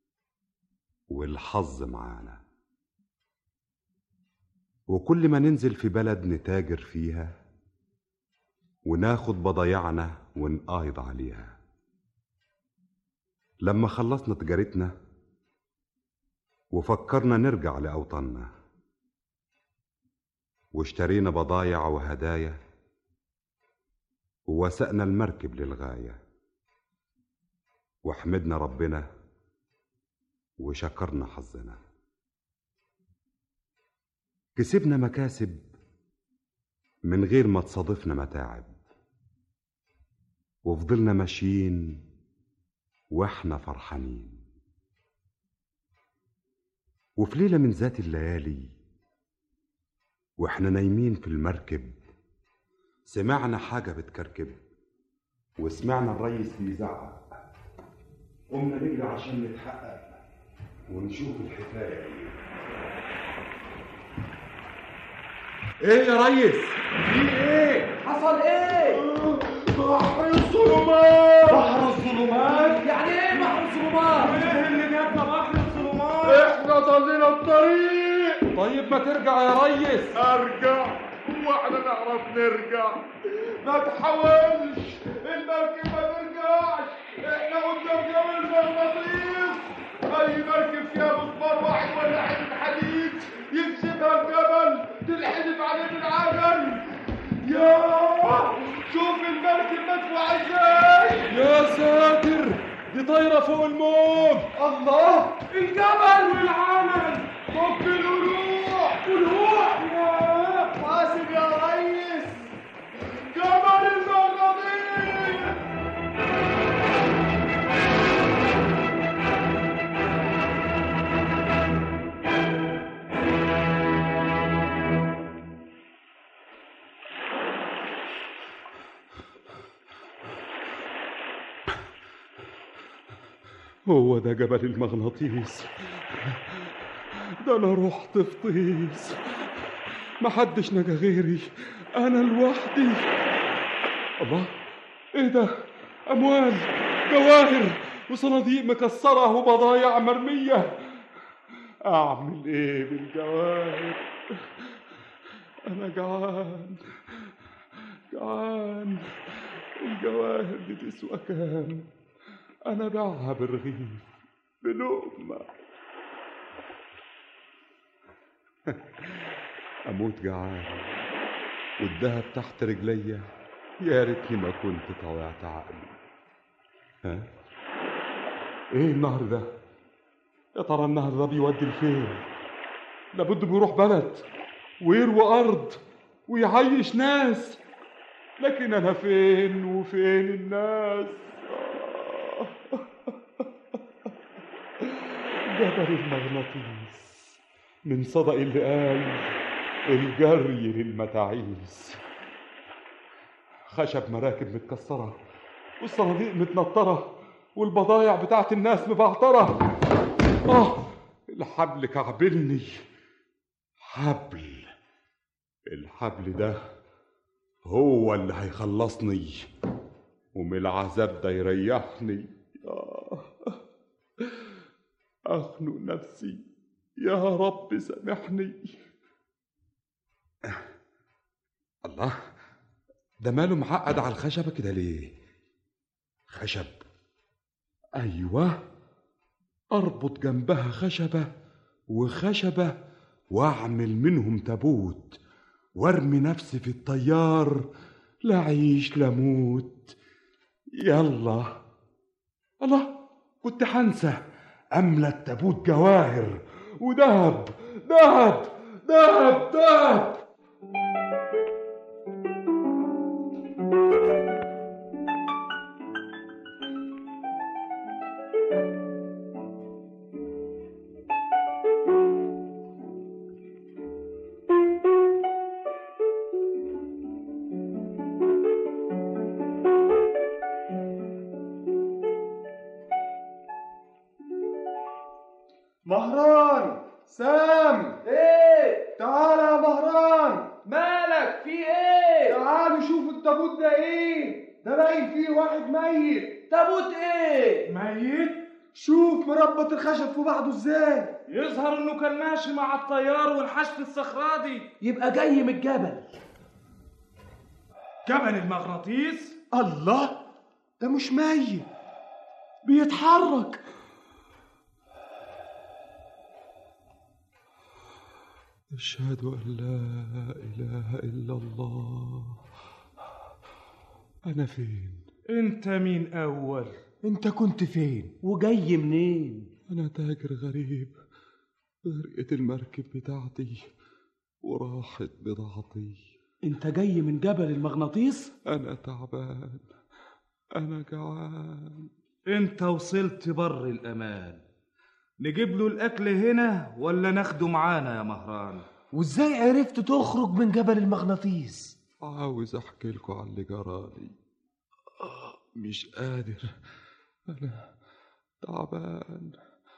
والحظ معانا، وكل ما ننزل في بلد نتاجر فيها وناخد بضايعنا ونقايض عليها. لما خلصنا تجارتنا وفكرنا نرجع لأوطاننا، واشترينا بضايع وهدايا ووثقنا المركب للغاية، وحمدنا ربنا وشكرنا حظنا. كسبنا مكاسب من غير ما تصادفنا متاعب، وفضلنا ماشيين واحنا فرحانين. وفي ليلة من ذات الليالي واحنا نايمين في المركب، سمعنا حاجة بتكركب، وسمعنا الريس بيزعق. قمنا نجري عشان نتحقق ونشوف الحكاية ايه يا ريس؟ في ايه؟ حصل ايه؟ بحر الظلمات. بحر الظلمات؟ يعني ايه بحر الظلمات؟ ايه اللي جابنا بحر الظلمات؟ احنا ضلينا الطريق. طيب ما ترجع يا ريس. ارجع؟ واحنا نعرف نرجع؟ ما تحاولش، المركب ما ترجعش. احنا قدام جبل المغناطيس، اي مركب فيها مسمار واحد ولا حته حديد يكسبها الجبل تنحدف عليه بالعجل. ياه، شوف المركب مدفوعه ازاي. يا ساتر، دي طايره فوق الموج. الله، الجبل والعمل. فك القلوع قلوع. ياه، حاسب يا ريس، جبل المغناطيس. هو ده جبل المغناطيس؟ ده انا رحت في طيس، محدش نجا غيري، انا لوحدي. الله، ايه ده؟ اموال، جواهر وصناديق مكسره وبضايع مرميه. اعمل ايه بالجواهر؟ انا جعان جعان. الجواهر دي تسوى كام؟ أنا باعها برغيف بلقمة. أموت جعان والدهب تحت رجليا، يا ريتني ما كنت طوعت عقلي. ها؟ إيه النهر ده؟ يا ترى النهر ده بيودي لفين؟ لابد بيروح بلد ويروي أرض ويعيش ناس، لكن أنا فين وفين الناس؟ جبل المغناطيس من صدق اللي قال الجري للمتاعيس. خشب مراكب متكسرة والصناديق متنطرة والبضايع بتاعت الناس مبعترة. الحبل كعبلني. الحبل ده هو اللي هيخلصني ومن العذاب ده يريحني. أخنق نفسي، يا رب سامحني. الله، ده ماله معقد على الخشبة كده ليه؟ خشب، أيوة، أربط جنبها خشبة وخشبة وأعمل منهم تابوت وارمي نفسي في الطيار، لا أعيش لا أموت. يلا. الله، كنت حنسى أملى التابوت جواهر وذهب ذهب ذهب ذهب. التابوت ده ايه؟ ده باين فيه واحد ميت. تابوت ايه؟ ميت؟ شوف مربط الخشب في بعضه ازاي. يظهر انه كان ماشي مع الطيار والحش في الصخرة دي. يبقى جاي من الجبل. جبل المغناطيس؟ الله، ده مش ميت، بيتحرك. أشهد أن لا إله إلا الله. أنا فين؟ أنت مين أول؟ أنت كنت فين؟ وجاي منين؟ أنا تاجر غريب، غرقت المركب بتاعتي وراحت بضاعتي. أنت جاي من جبل المغناطيس؟ أنا تعبان، أنا جعان. أنت وصلت بر الأمان. نجيب له الأكل هنا ولا ناخده معانا يا مهران؟ وإزاي عرفت تخرج من جبل المغناطيس؟ عاوز أحكي لكم على اللي جرالي، مش قادر، أنا تعبان.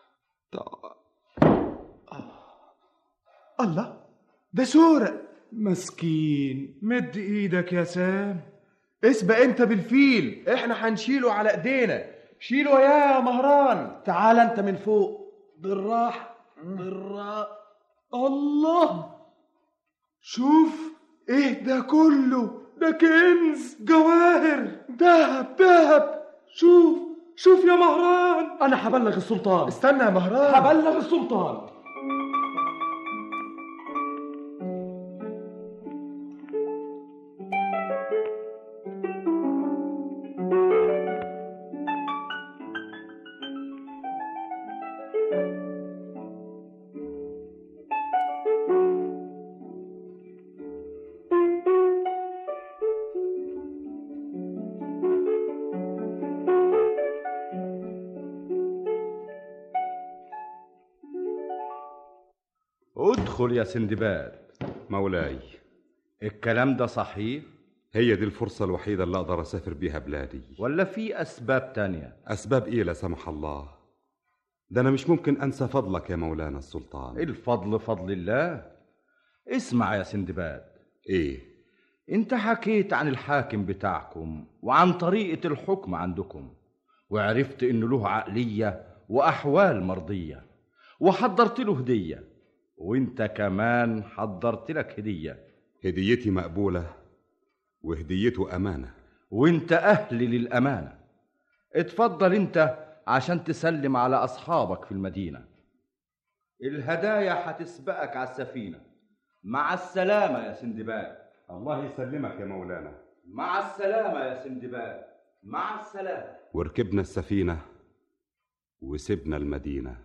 الله، ده سورق. مسكين، مد إيدك يا سام. اسبق انت بالفيل، احنا هنشيله على ايدينا. شيله يا مهران. تعال انت من فوق، بالراحة بالراحة. الله، شوف ايه ده كله، ده كنز، جواهر، دهب. شوف يا مهران. انا هبلغ السلطان. استنى يا مهران، هبلغ السلطان. ادخل يا سندباد. مولاي، الكلام ده صحيح؟ هي دي الفرصة الوحيدة اللي أقدر أسافر بيها بلادي، ولا في أسباب تانية؟ أسباب إيه لا سمح الله؟ ده أنا مش ممكن أنسى فضلك يا مولانا السلطان. الفضل فضل الله. اسمع يا سندباد. إيه؟ انت حكيت عن الحاكم بتاعكم وعن طريقة الحكم عندكم، وعرفت انه له عقلية وأحوال مرضية، وحضرت له هدية، وانت كمان حضرت لك هدية. هديتي مقبولة وهديته أمانة، وانت أهل للأمانة. اتفضل انت عشان تسلم على أصحابك في المدينة. الهدايا هتسبقك على السفينة. مع السلامة يا سندباد. الله يسلمك يا مولانا. مع السلامة يا سندباد، مع السلامة. وركبنا السفينة وسبنا المدينة،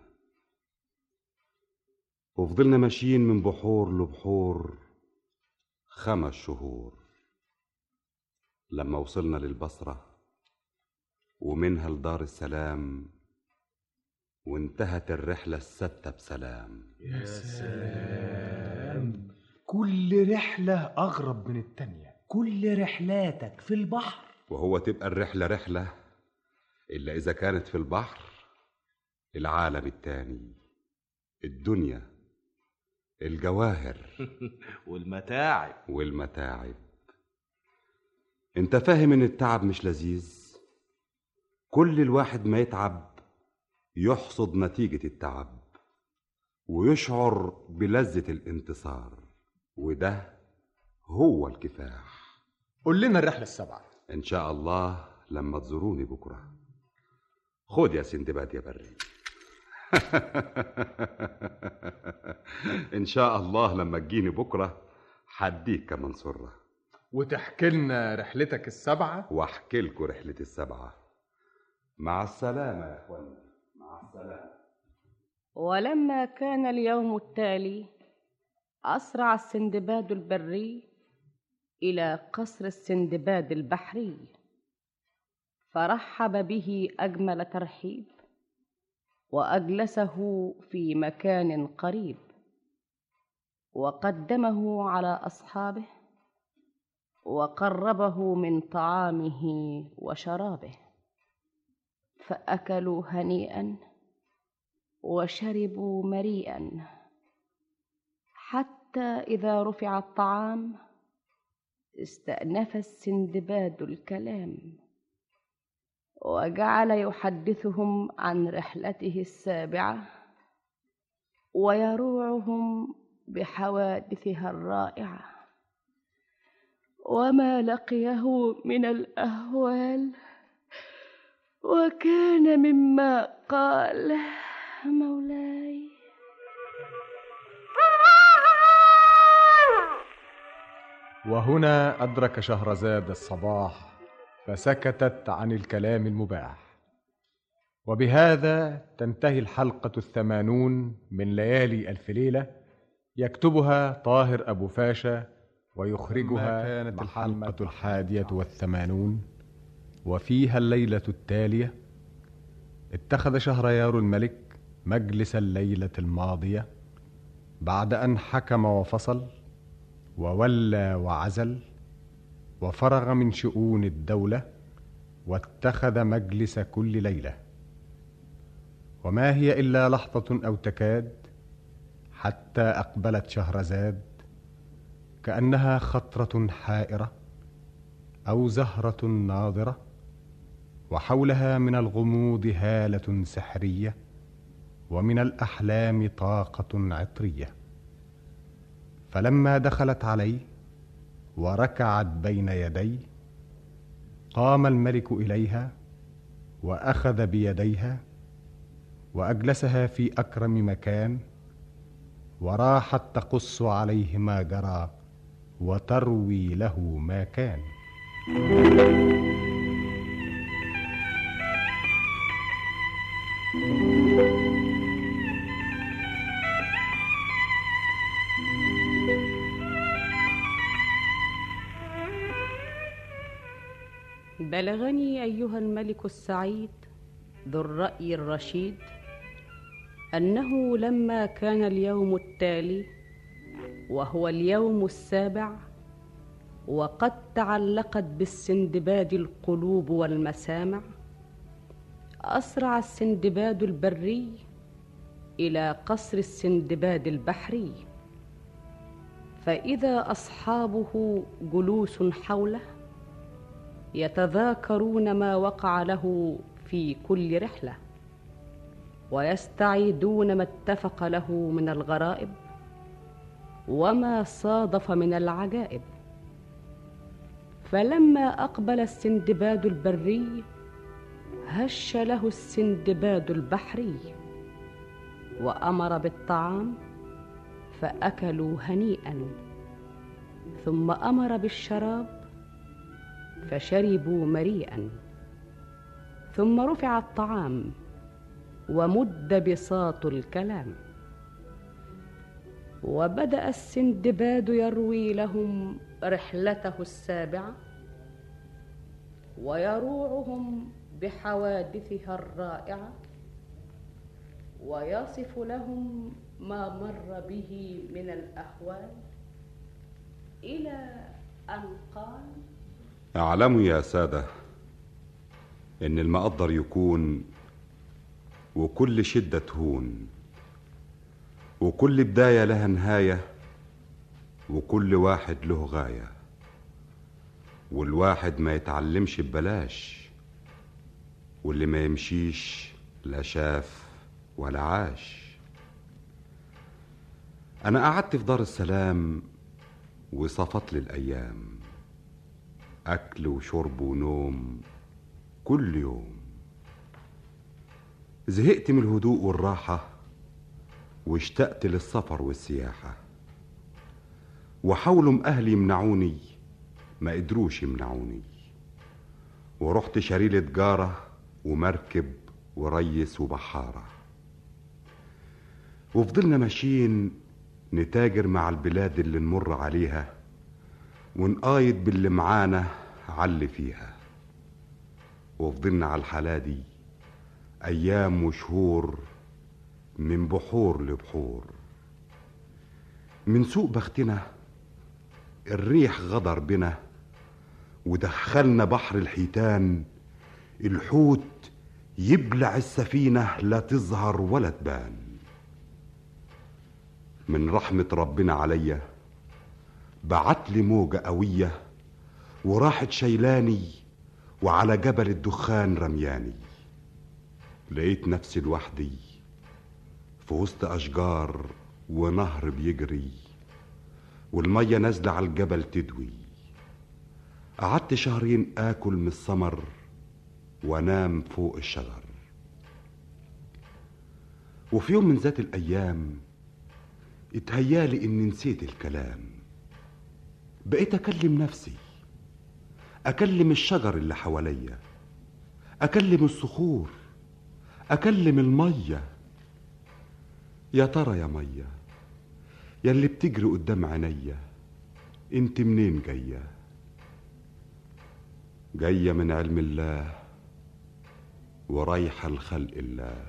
وفضلنا ماشيين من بحور لبحور 5 شهور، لما وصلنا للبصرة ومنها لدار السلام، وانتهت الرحلة الستة بسلام. يا سلام، كل رحلة أغرب من التانية. كل رحلاتك في البحر. وهو تبقى الرحلة رحلة إلا إذا كانت في البحر، العالم التاني، الدنيا، الجواهر والمتاعب. انت فاهم ان التعب مش لذيذ؟ كل الواحد ما يتعب يحصد نتيجة التعب ويشعر بلذة الانتصار، وده هو الكفاح. قول لنا الرحلة 7. ان شاء الله لما تزوروني بكرة. خد يا سندباد يا بري. ان شاء الله لما تجيني بكرة حديك كمان سرة، وتحكي لنا رحلتك 7، واحكي لكم رحلة 7. مع السلامة يا اخوانا، مع السلامة. ولما كان اليوم التالي أسرع السندباد البري إلى قصر السندباد البحري، فرحب به أجمل ترحيب، وأجلسه في مكان قريب، وقدمه على أصحابه، وقربه من طعامه وشرابه، فأكلوا هنيئا وشربوا مريئا، حتى إذا رفع الطعام استأنف السندباد الكلام، وجعل يحدثهم عن رحلته السابعة ويروعهم بحوادثها الرائعة وما لقيه من الأهوال. وكان مما قال مولاي: وهنا أدرك شهرزاد الصباح فسكتت عن الكلام المباح. وبهذا تنتهي الحلقة 80 من ليالي ألف ليلة، يكتبها طاهر أبو فاشا ويخرجها كانت الحلقة 81. وفيها الليلة التالية: اتخذ شهريار الملك مجلس الليلة الماضية بعد أن حكم وفصل وولى وعزل وفرغ من شؤون الدولة، واتخذ مجلس كل ليلة. وما هي إلا لحظة أو تكاد حتى أقبلت شهرزاد كأنها خطرة حائرة أو زهرة ناضرة، وحولها من الغموض هالة سحرية، ومن الأحلام طاقة عطرية. فلما دخلت عليه وركعت بين يديه، قام الملك إليها وأخذ بيديها وأجلسها في أكرم مكان، وراحت تقص عليه ما جرى وتروي له ما كان. بلغني أيها الملك السعيد ذو الرأي الرشيد أنه لما كان اليوم التالي وهو اليوم السابع، وقد تعلقت بالسندباد القلوب والمسامع، أسرع السندباد البري إلى قصر السندباد البحري، فإذا أصحابه جلوس حوله يتذاكرون ما وقع له في كل رحلة، ويستعيدون ما اتفق له من الغرائب وما صادف من العجائب. فلما أقبل السندباد البري هش له السندباد البحري، وأمر بالطعام فأكلوا هنيئا، ثم أمر بالشراب فشربوا مريئا، ثم رفع الطعام ومد بساط الكلام، وبدأ السندباد يروي لهم رحلته السابعة ويروعهم بحوادثها الرائعة، ويصف لهم ما مر به من الأحوال، إلى أن قال: اعلموا يا سادة إن المقدر يكون، وكل شدة تهون، وكل بداية لها نهاية، وكل واحد له غاية، والواحد ما يتعلمش ببلاش، واللي ما يمشيش لا شاف ولا عاش. أنا قعدت في دار السلام وصفت لي الأيام، أكل وشرب ونوم كل يوم. زهقت من الهدوء والراحة واشتقت للسفر والسياحة، وحاولوا أهلي يمنعوني ما قدروش يمنعوني، ورحت شريلة تجارة ومركب وريس وبحارة، وفضلنا ماشيين نتاجر مع البلاد اللي نمر عليها، ونقايد باللي معانا علي فيها. وفضلنا على الحالة دي أيام وشهور، من بحور لبحور. من سوء بختنا الريح غدر بنا ودخلنا بحر الحيتان، الحوت يبلع السفينة لا تظهر ولا تبان. من رحمة ربنا عليا بعت لي موجة قوية وراحت شيلاني وعلى جبل الدخان رمياني. لقيت نفسي لوحدي في وسط أشجار ونهر بيجري، والمية نازلة على الجبل تدوي. قعدت شهرين آكل من الثمر وانام فوق الشجر. وفي يوم من ذات الأيام اتهيالي إني نسيت الكلام. بقيت أكلم نفسي، أكلم الشجر اللي حواليا، أكلم الصخور، أكلم المية. يا ترى يا مية ياللي بتجري قدام عينيا، انت منين جاية؟ جاية من علم الله ورايحة لخلق الله.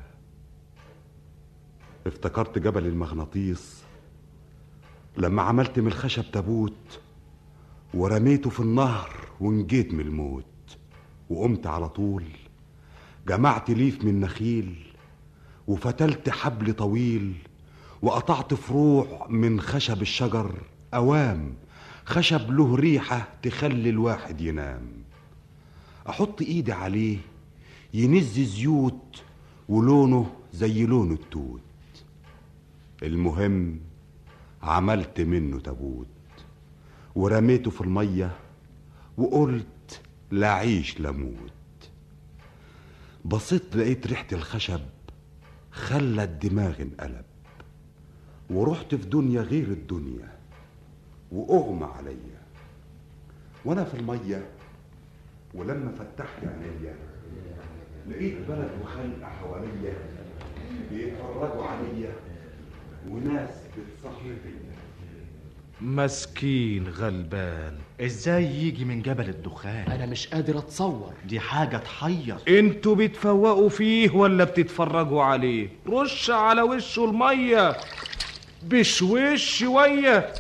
افتكرت جبل المغناطيس لما عملت من الخشب تابوت ورميته في النهر ونجيت من الموت. وقمت على طول جمعت ليف من نخيل وفتلت حبل طويل وقطعت فروع من خشب الشجر أوام، خشب له ريحة تخلي الواحد ينام. أحط إيدي عليه ينز زيوت ولونه زي لون التوت. المهم عملت منه تابوت ورميته في المية وقلت لا عيش لا موت. بصيت لقيت ريحة الخشب خلت دماغي انقلب، ورحت في دنيا غير الدنيا وأغمى عليا وانا في المية. ولما فتحت عينيا لقيت بلد وخلق حواليا بيتفرجوا عليا وناس بتصحي فيا. مسكين غلبان، ازاي يجي من جبل الدخان؟ انا مش قادر اتصور، دي حاجة تحير. انتوا بتفوقوا فيه ولا بتتفرجوا عليه؟ رش على وشه المية بشويش شوية.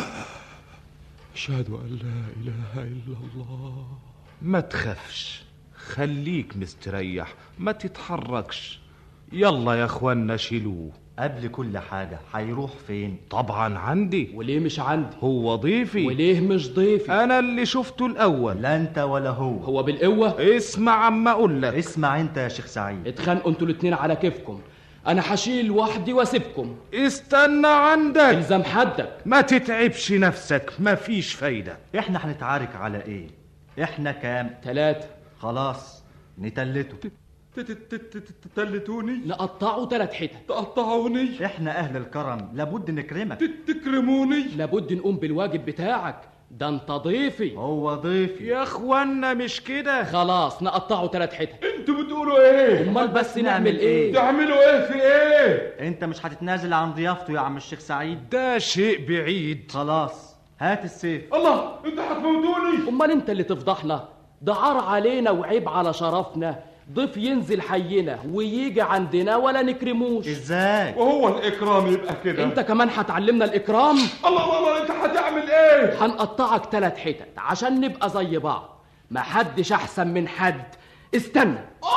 أشهد أن لا إله إلا الله. ما تخافش، خليك مستريح، ما تتحركش. يلا يا اخوانا شيلوه. قبل كل حاجة هيروح فين؟ طبعا عندي. وليه مش عندي؟ هو ضيفي. وليه مش ضيفي؟ انا اللي شفته الاول. لا انت ولا هو. هو بالقوة؟ اسمع عما اقول لك. اسمع انت يا شيخ سعيد. اتخانقوا انتوا الاتنين على كيفكم، انا هشيل وحدي واسيبكم. استنى عندك، الزم حدك، ما تتعبش نفسك، مفيش فايدة. احنا هنتعارك على ايه؟ احنا كام؟ 3. خلاص نتلته. تلتوني؟ نقطعه 3 حتت. تقطعوني؟ احنا اهل الكرم لابد نكرمك. تكرموني؟ لابد نقوم بالواجب بتاعك، ده انت ضيفي. هو ضيفي يا اخوانا مش كده. خلاص نقطعه 3 حتت. انتوا بتقولوا ايه؟ امال بس نعمل ايه؟ تعملوا ايه في ايه؟ انت مش هتتنازل عن ضيافته يا عم الشيخ سعيد؟ ده شيء بعيد. خلاص هات السيف. الله، انتوا هتموتوني. امال انت اللي تفضحنا، ده عار علينا وعيب على شرفنا. ضيف ينزل حينا ويجي عندنا ولا نكرموش. ازاي؟ وهو الاكرام يبقى كده؟ انت كمان هتعلمنا الاكرام؟ الله الله، انت هتعمل ايه؟ هنقطعك 3 حتت عشان نبقى زي بعض، ما حدش احسن من حد. استنى.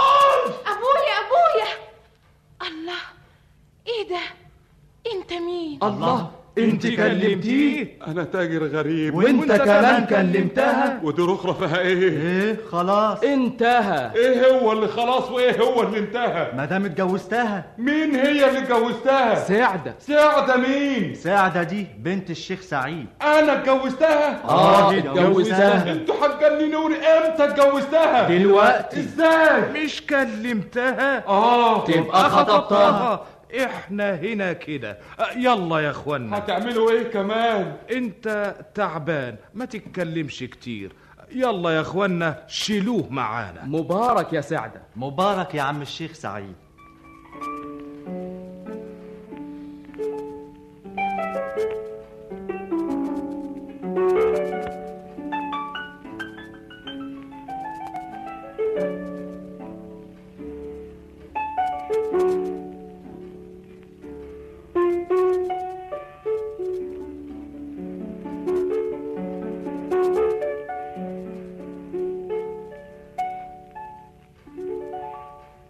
ابويا الله، ايه ده؟ انت مين؟ الله، انت كلمتيه؟ انا تاجر غريب. وانت كمان كلمتها؟ ودي رخرة فيها ايه؟ خلاص انتهى. ايه هو اللي خلاص وايه هو اللي انتهى؟ ما دام اتجوزتها. مين هي اللي اتجوزتها؟ سعدة. سعدة مين؟ سعدة دي بنت الشيخ سعيد. انا اتجوزتها؟ اتجوزتها. انتوا هتجننوني، امتى اتجوزتها؟ دلوقتي. ازاي؟ مش كلمتها؟ تبقى خطبتها. احنا هنا كده. يلا يا اخوانا. هتعملوا ايه كمان؟ انت تعبان، ما تتكلمش كتير. يلا يا اخوانا شيلوه معانا. مبارك يا سعدة. مبارك يا عم الشيخ سعيد.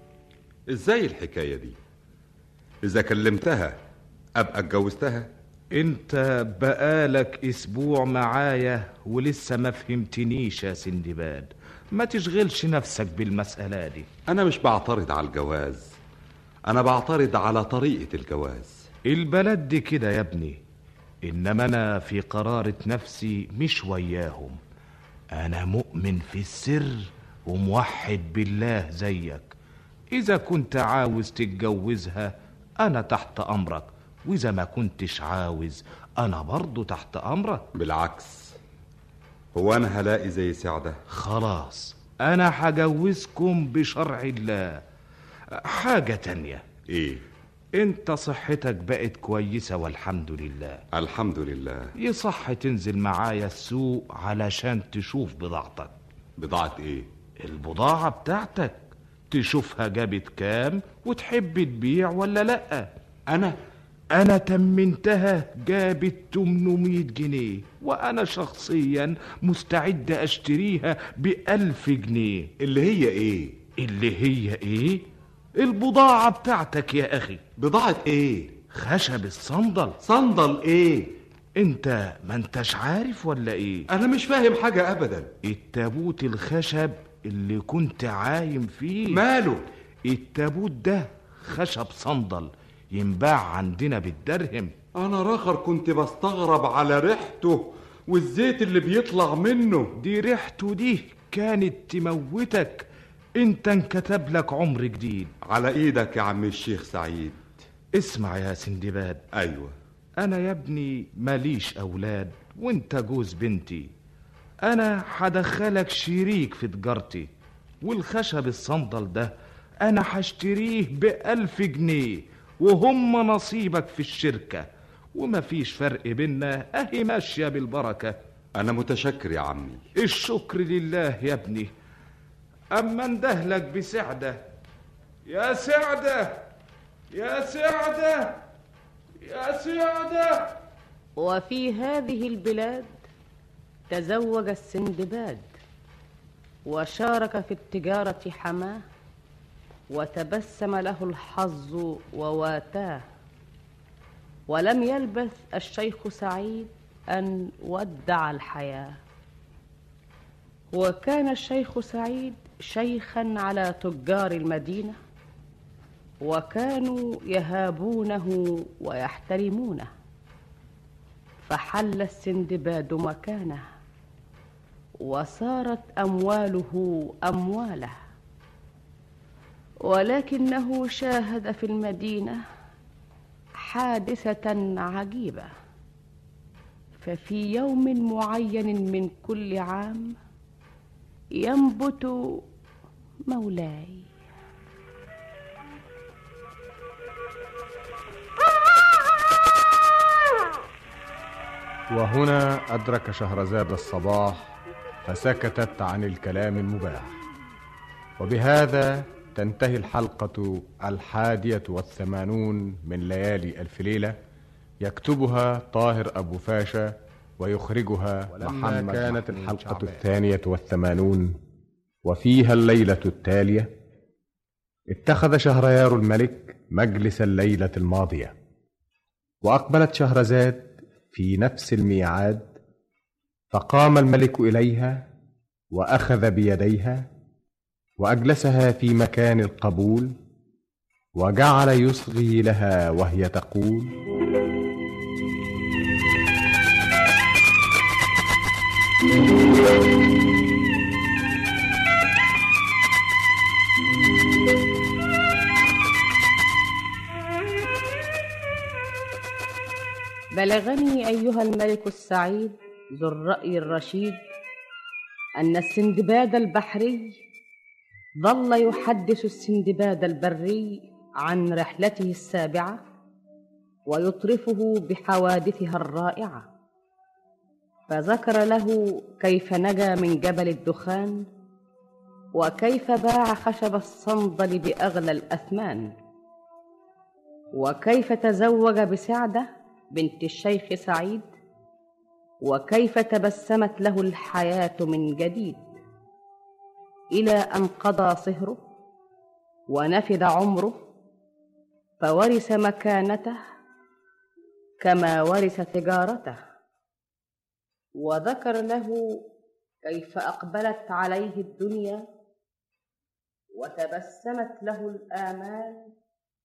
ازاي الحكاية دي؟ اذا كلمتها ابقى اتجوزتها؟ انت بقالك اسبوع معايا ولسه ما فهمتنيش يا سندباد. ما تشغلش نفسك بالمسألة دي. انا مش بعترض على الجواز، انا بعترض على طريقة الجواز. البلد دي كده يا ابني، انما انا في قرارة نفسي مش وياهم. انا مؤمن في السر وموحد بالله زيك. اذا كنت عاوز تتجوزها انا تحت امرك، واذا ما كنتش عاوز انا برضو تحت امرك. بالعكس، هو انا هلاقي زي سعدة؟ خلاص انا هجوزكم بشرع الله. حاجة تانية. ايه؟ انت صحتك بقت كويسة والحمد لله. الحمد لله. يصح تنزل معايا السوق علشان تشوف بضاعتك. بضاعة ايه؟ البضاعة بتاعتك، تشوفها جابت كام وتحب تبيع ولا لأ. أنا تمنتها جابت 800 جنيه، وأنا شخصيا مستعد أشتريها ب1000 جنيه. اللي هي ايه؟ اللي هي ايه؟ البضاعة بتاعتك يا أخي. بضاعة ايه؟ خشب الصندل. صندل ايه؟ انت ما انتش عارف ولا ايه؟ انا مش فاهم حاجة ابدا. التابوت الخشب اللي كنت عايم فيه. ماله؟ التابوت ده خشب صندل ينباع عندنا بالدرهم. انا راخر كنت بستغرب على ريحته والزيت اللي بيطلع منه. دي ريحته دي كانت تموتك. انت انكتب لك عمر جديد. على ايدك يا عم الشيخ سعيد. اسمع يا سندباد. ايوه. انا يا ابني ماليش اولاد وانت جوز بنتي. انا هدخلك شريك في تجارتي، والخشب الصندل ده انا هشتريه ب1000 جنيه وهم نصيبك في الشركة، ومفيش فرق بينا، اهي ماشية بالبركة. انا متشكر يا عمي. الشكر لله يا ابني. اما اندهلك بسعدة. يا سعدة، يا سعدة، يا سعدة. وفي هذه البلاد تزوج السندباد وشارك في التجارة حماه، وتبسم له الحظ وواتاه. ولم يلبث الشيخ سعيد أن ودع الحياة. وكان الشيخ سعيد شيخا على تجار المدينة، وكانوا يهابونه ويحترمونه. فحل السندباد مكانه، وصارت أمواله أمواله. ولكنه شاهد في المدينة حادثة عجيبة. ففي يوم معين من كل عام ينبت مولاي. وهنا أدرك شهرزاد الصباح فسكتت عن الكلام المباح. وبهذا تنتهي الحلقة 81 من ليالي ألف ليلة، يكتبها طاهر أبو فاشا ويخرجها محمد. كانت الحلقة 82 وفيها الليلة التالية، اتخذ شهريار الملك مجلس الليلة الماضية، وأقبلت شهرزاد في نفس الميعاد، فقام الملك إليها وأخذ بيديها وأجلسها في مكان القبول، وجعل يصغي لها وهي تقول: بلغني أيها الملك السعيد ذو الرأي الرشيد أن السندباد البحري ظل يحدث السندباد البري عن رحلته السابعة، ويطرفه بحوادثها الرائعة. فذكر له كيف نجا من جبل الدخان، وكيف باع خشب الصندل بأغلى الأثمان، وكيف تزوج بسعدة بنت الشيخ سعيد، وكيف تبسمت له الحياة من جديد، إلى أن قضى صهره ونفذ عمره، فورث مكانته كما ورث تجارته، وذكر له كيف أقبلت عليه الدنيا وتبسمت له الآمال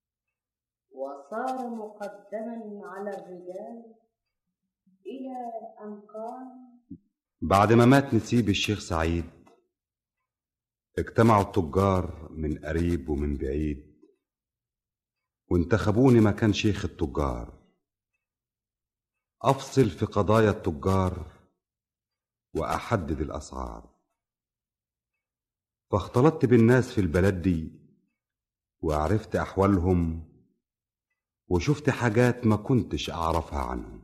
وصار مقدما على الرجال إلى أن قال: بعد ما مات نسيب الشيخ سعيد اجتمعوا التجار من قريب ومن بعيد وانتخبوني مكان شيخ التجار أفصل في قضايا التجار وأحدد الأسعار. فاختلطت بالناس في البلد دي وعرفت أحوالهم وشفت حاجات ما كنتش أعرفها عنهم.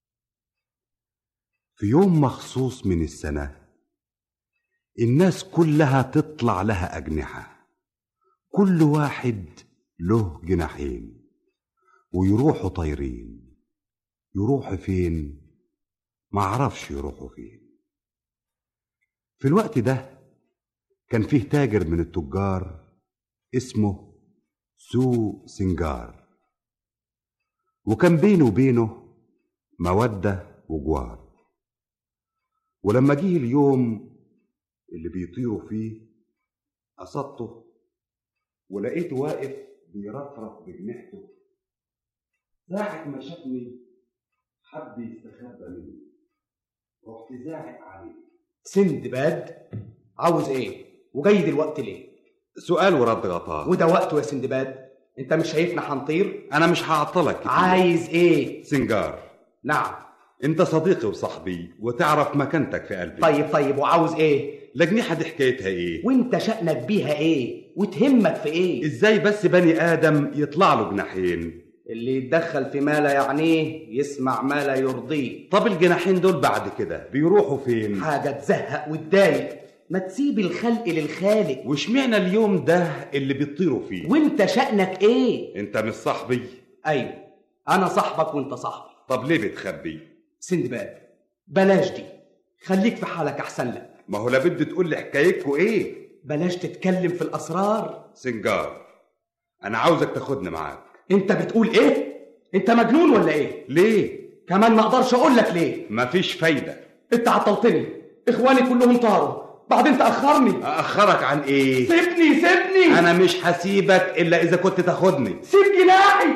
في يوم مخصوص من السنة الناس كلها تطلع لها أجنحة، كل واحد له جناحين ويروحوا طايرين. يروحوا فين؟ معرفش يروحوا فين. في الوقت ده كان فيه تاجر من التجار اسمه سو سنجار، وكان بينه وبينه مودة وجوار. ولما جه اليوم اللي بيطيروا فيه قصدته ولقيته واقف بيرفرف بجناحته. ساعة ما شافني حب يستخبى مني، رحت زاعق عليه: سندباد، عاوز ايه وجاي دلوقتي ليه؟ سؤال ورد غطاء. وده وقته يا سندباد؟ انت مش شايفنا هنطير؟ انا مش هعطلك كتير. عايز ايه؟ سنجار. نعم. انت صديقي وصاحبي وتعرف مكانتك في قلبي. طيب وعاوز ايه؟ الأجنحة دي حكايتها ايه؟ وانت شأنك بيها ايه؟ وتهمك في ايه؟ ازاي بس بني ادم يطلع له جناحين؟ اللي يتدخل في ما لا يعنيه يسمع ما لا يرضيه. طب الجناحين دول بعد كده بيروحوا فين؟ حاجة تزهق وتضايق. ما تسيب الخلق للخالق. واشمعنى اليوم ده اللي بيطيروا فيه؟ وانت شأنك ايه؟ انت مش صاحبي؟ ايوه انا صاحبك وانت صاحبي. طب ليه بتخبي؟ سندباد بلاش دي، خليك في حالك احسن لك. ما هو لابد تقول لي حكايتكوا ايه؟ بلاش تتكلم في الاسرار. سنجار، انا عاوزك تاخدني معاك. انت بتقول ايه؟ انت مجنون ولا ايه؟ ليه؟ كمان ما اقدرش اقول لك ليه. مفيش فايده. انت عطلتني، اخواني كلهم طاروا، بعدين تاخرني. اخرك عن ايه؟ سيبني. انا مش هسيبك الا اذا كنت تاخدني. سيب جناحي.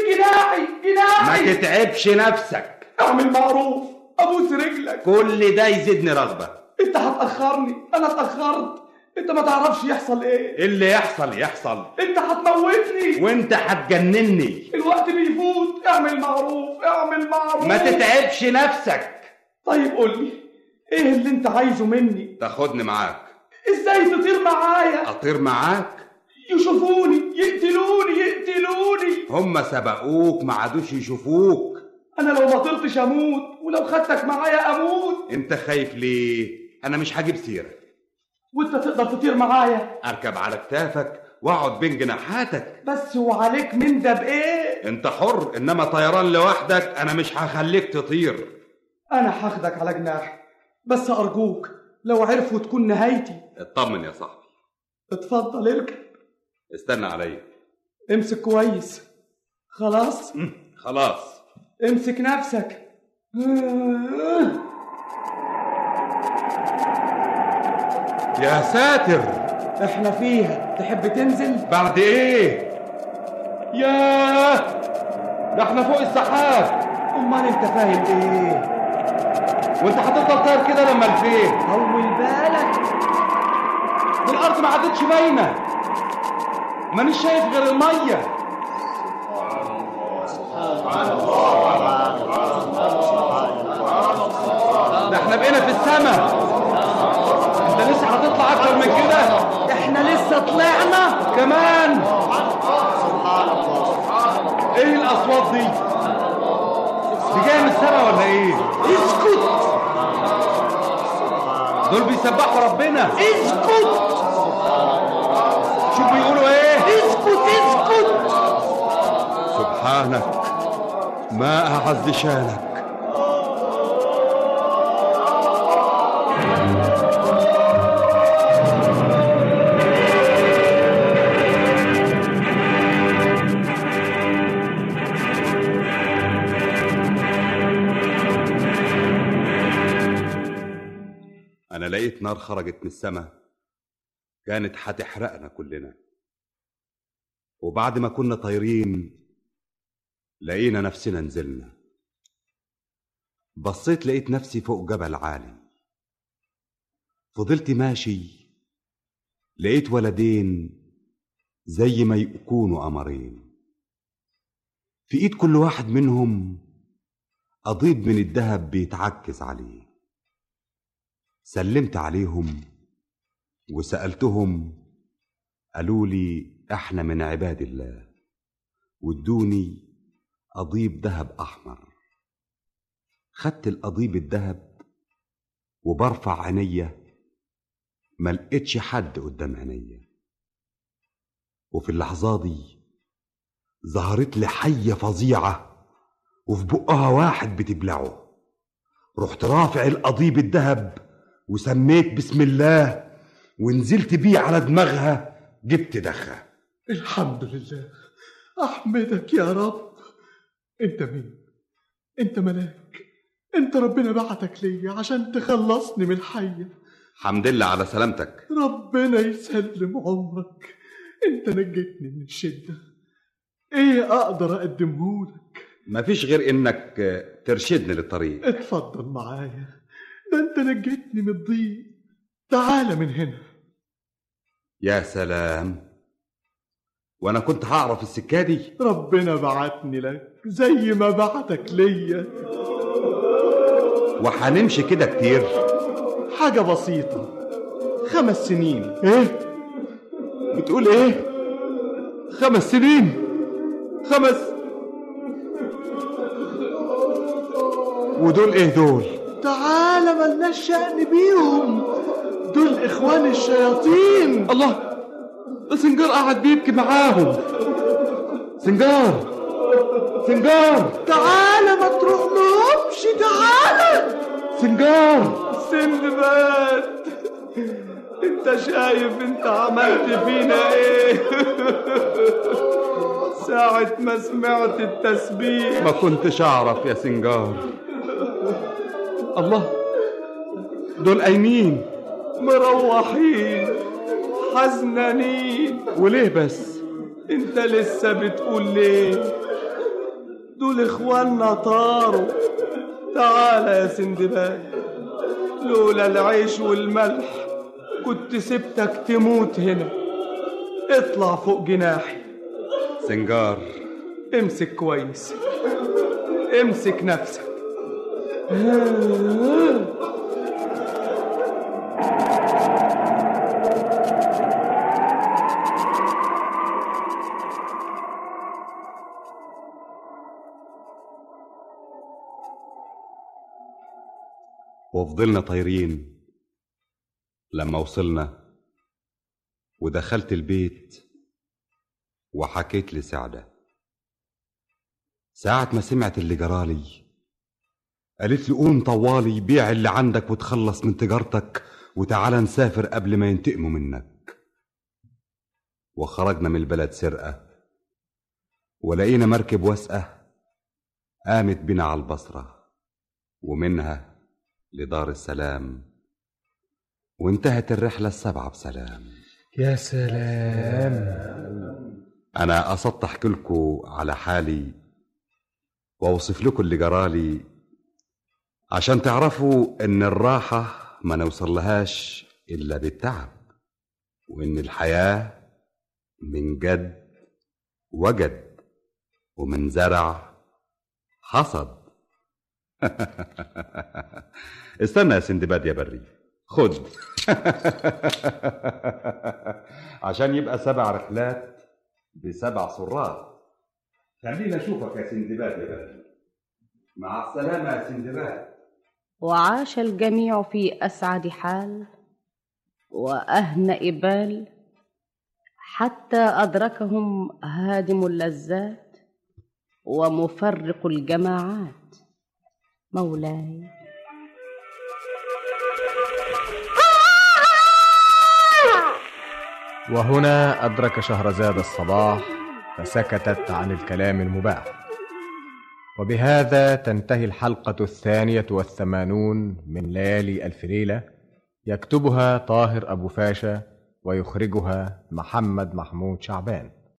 ما تتعبش نفسك. اعمل معروف، ابوس رجلك. كل ده يزيدني رغبه. انت هتاخرني، انا اتاخرت. انت ما تعرفش يحصل ايه. اللي يحصل. انت هتموتني وانت هتجنني. الوقت بيفوت. اعمل معروف. ما تتعبش نفسك. طيب قول لي ايه اللي انت عايزه مني؟ تاخدني معاك. ازاي تطير معايا؟ اطير معاك؟ يشوفوني يقتلوني. هم سبقوك ما عادوش يشوفوك. انا لو ما طرتش اموت، ولو خدتك معايا اموت. انت خايف ليه؟ انا مش هجيب سيره. وانت تقدر تطير معايا؟ اركب على كتافك واقعد بين جناحاتك. بس وعليك من ده بايه؟ انت حر، انما طيران لوحدك انا مش هخليك تطير. انا هاخدك على جناحي، بس ارجوك لو عرفوا تكون نهايتي. اطمن يا صاحبي. اتفضل اركب. استنى عليا. امسك كويس. خلاص. امسك نفسك. يا ساتر، احنا فيها. تحب تنزل؟ بعد ايه؟ ياه، ده احنا فوق السحاب. امال انت فاهم ايه؟ وانت هتفضل طاير كده لما لفين؟ طول بالك، دي الارض ما عادتش باينه، مانيش شايف غير الميه. ده احنا بقينا في السماء. انت لسه هتطلع اكتر من كده؟ احنا لسه طلعنا كمان. ايه الاصوات دي؟ دي جايه من السماء ولا ايه؟ اسكت. دول بيسبحوا ربنا. اسكت. شوف بيقولوا ايه؟ اسكت. سبحانك ما اعز شانك. نار خرجت من السماء كانت هتحرقنا كلنا. وبعد ما كنا طايرين لقينا نفسنا نزلنا. بصيت لقيت نفسي فوق جبل عالي. فضلت ماشي لقيت ولدين زي ما يكونوا قمرين. في ايد كل واحد منهم قضيب من الذهب بيتعكس عليه. سلمت عليهم وسألتهم، قالوا لي احنا من عباد الله، وادوني قضيب ذهب احمر. خدت القضيب الذهب وبرفع عينيا ما لقيتش حد قدام عينيا. وفي اللحظة دي ظهرت لي حية فظيعة وفي بقها واحد بتبلعه. رحت رافع القضيب الذهب وسميت بسم الله ونزلت بيه على دماغها، جبت دخة. الحمد لله، أحمدك يا رب. أنت مين؟ أنت ملاك، أنت ربنا بعتك ليا عشان تخلصني من الحية. حمد لله على سلامتك. ربنا يسلم عمرك، أنت نجيتني من الشدة. إيه أقدر أقدمهولك؟ مفيش غير إنك ترشدني للطريق. اتفضل معايا، ده أنت نجيتني من الضيق. تعال من هنا. يا سلام، وانا كنت هعرف السكه دي؟ ربنا بعتني لك زي ما بعتك ليا. وهنمشي كده كتير؟ حاجه بسيطه، 5 سنين. ايه بتقول ايه؟ 5 سنين؟ 5 ودول ايه دول؟ تعالى ملناش شأن بيهم، دول اخوان الشياطين. الله، سنجار قاعد بيبكي معاهم. سنجار تعالى ما تروح لهمش، تعالى. سنجار سندباد، انت شايف انت عملت فينا ايه؟ ساعة ما سمعت التسبيح ما كنتش اعرف يا سنجار. الله، دول قايمين مروحين حزنانين. وليه بس؟ انت لسه بتقول ليه؟ دول اخواننا طاروا. تعالى يا سندباد، لولا العيش والملح كنت سبتك تموت هنا. اطلع فوق جناحي. سنجار، امسك كويس، امسك نفسك. وفضلنا طايرين لما وصلنا ودخلت البيت وحكيت لسعدة. ساعة ما سمعت اللي جرالي قالت لي قوم طوالي، بيع اللي عندك وتخلص من تجارتك وتعالى نسافر قبل ما ينتقموا منك. وخرجنا من البلد سرقة ولقينا مركب واسقة قامت بنا على البصرة ومنها لدار السلام، وانتهت الرحلة 7 بسلام. يا سلام. أنا قصدت أحكي لكم على حالي وأوصف لكم اللي جرالي عشان تعرفوا إن الراحة ما نوصلهاش إلا بالتعب، وإن الحياة من جد وجد، ومن زرع حصد. استنى يا سندباد يا بري، خد. عشان يبقى 7 رحلات ب7 سرات. خلينا اشوفك يا سندباد يا بري. مع السلامة يا سندباد. وعاش الجميع في أسعد حال وأهنأ بال، حتى أدركهم هادم اللذات ومفرق الجماعات. مولاي. وهنا أدرك شهرزاد الصباح فسكتت عن الكلام المباح. وبهذا تنتهي الحلقة 82 من ليالي ألف ليلة. يكتبها طاهر أبو فاشا، ويخرجها محمد محمود شعبان.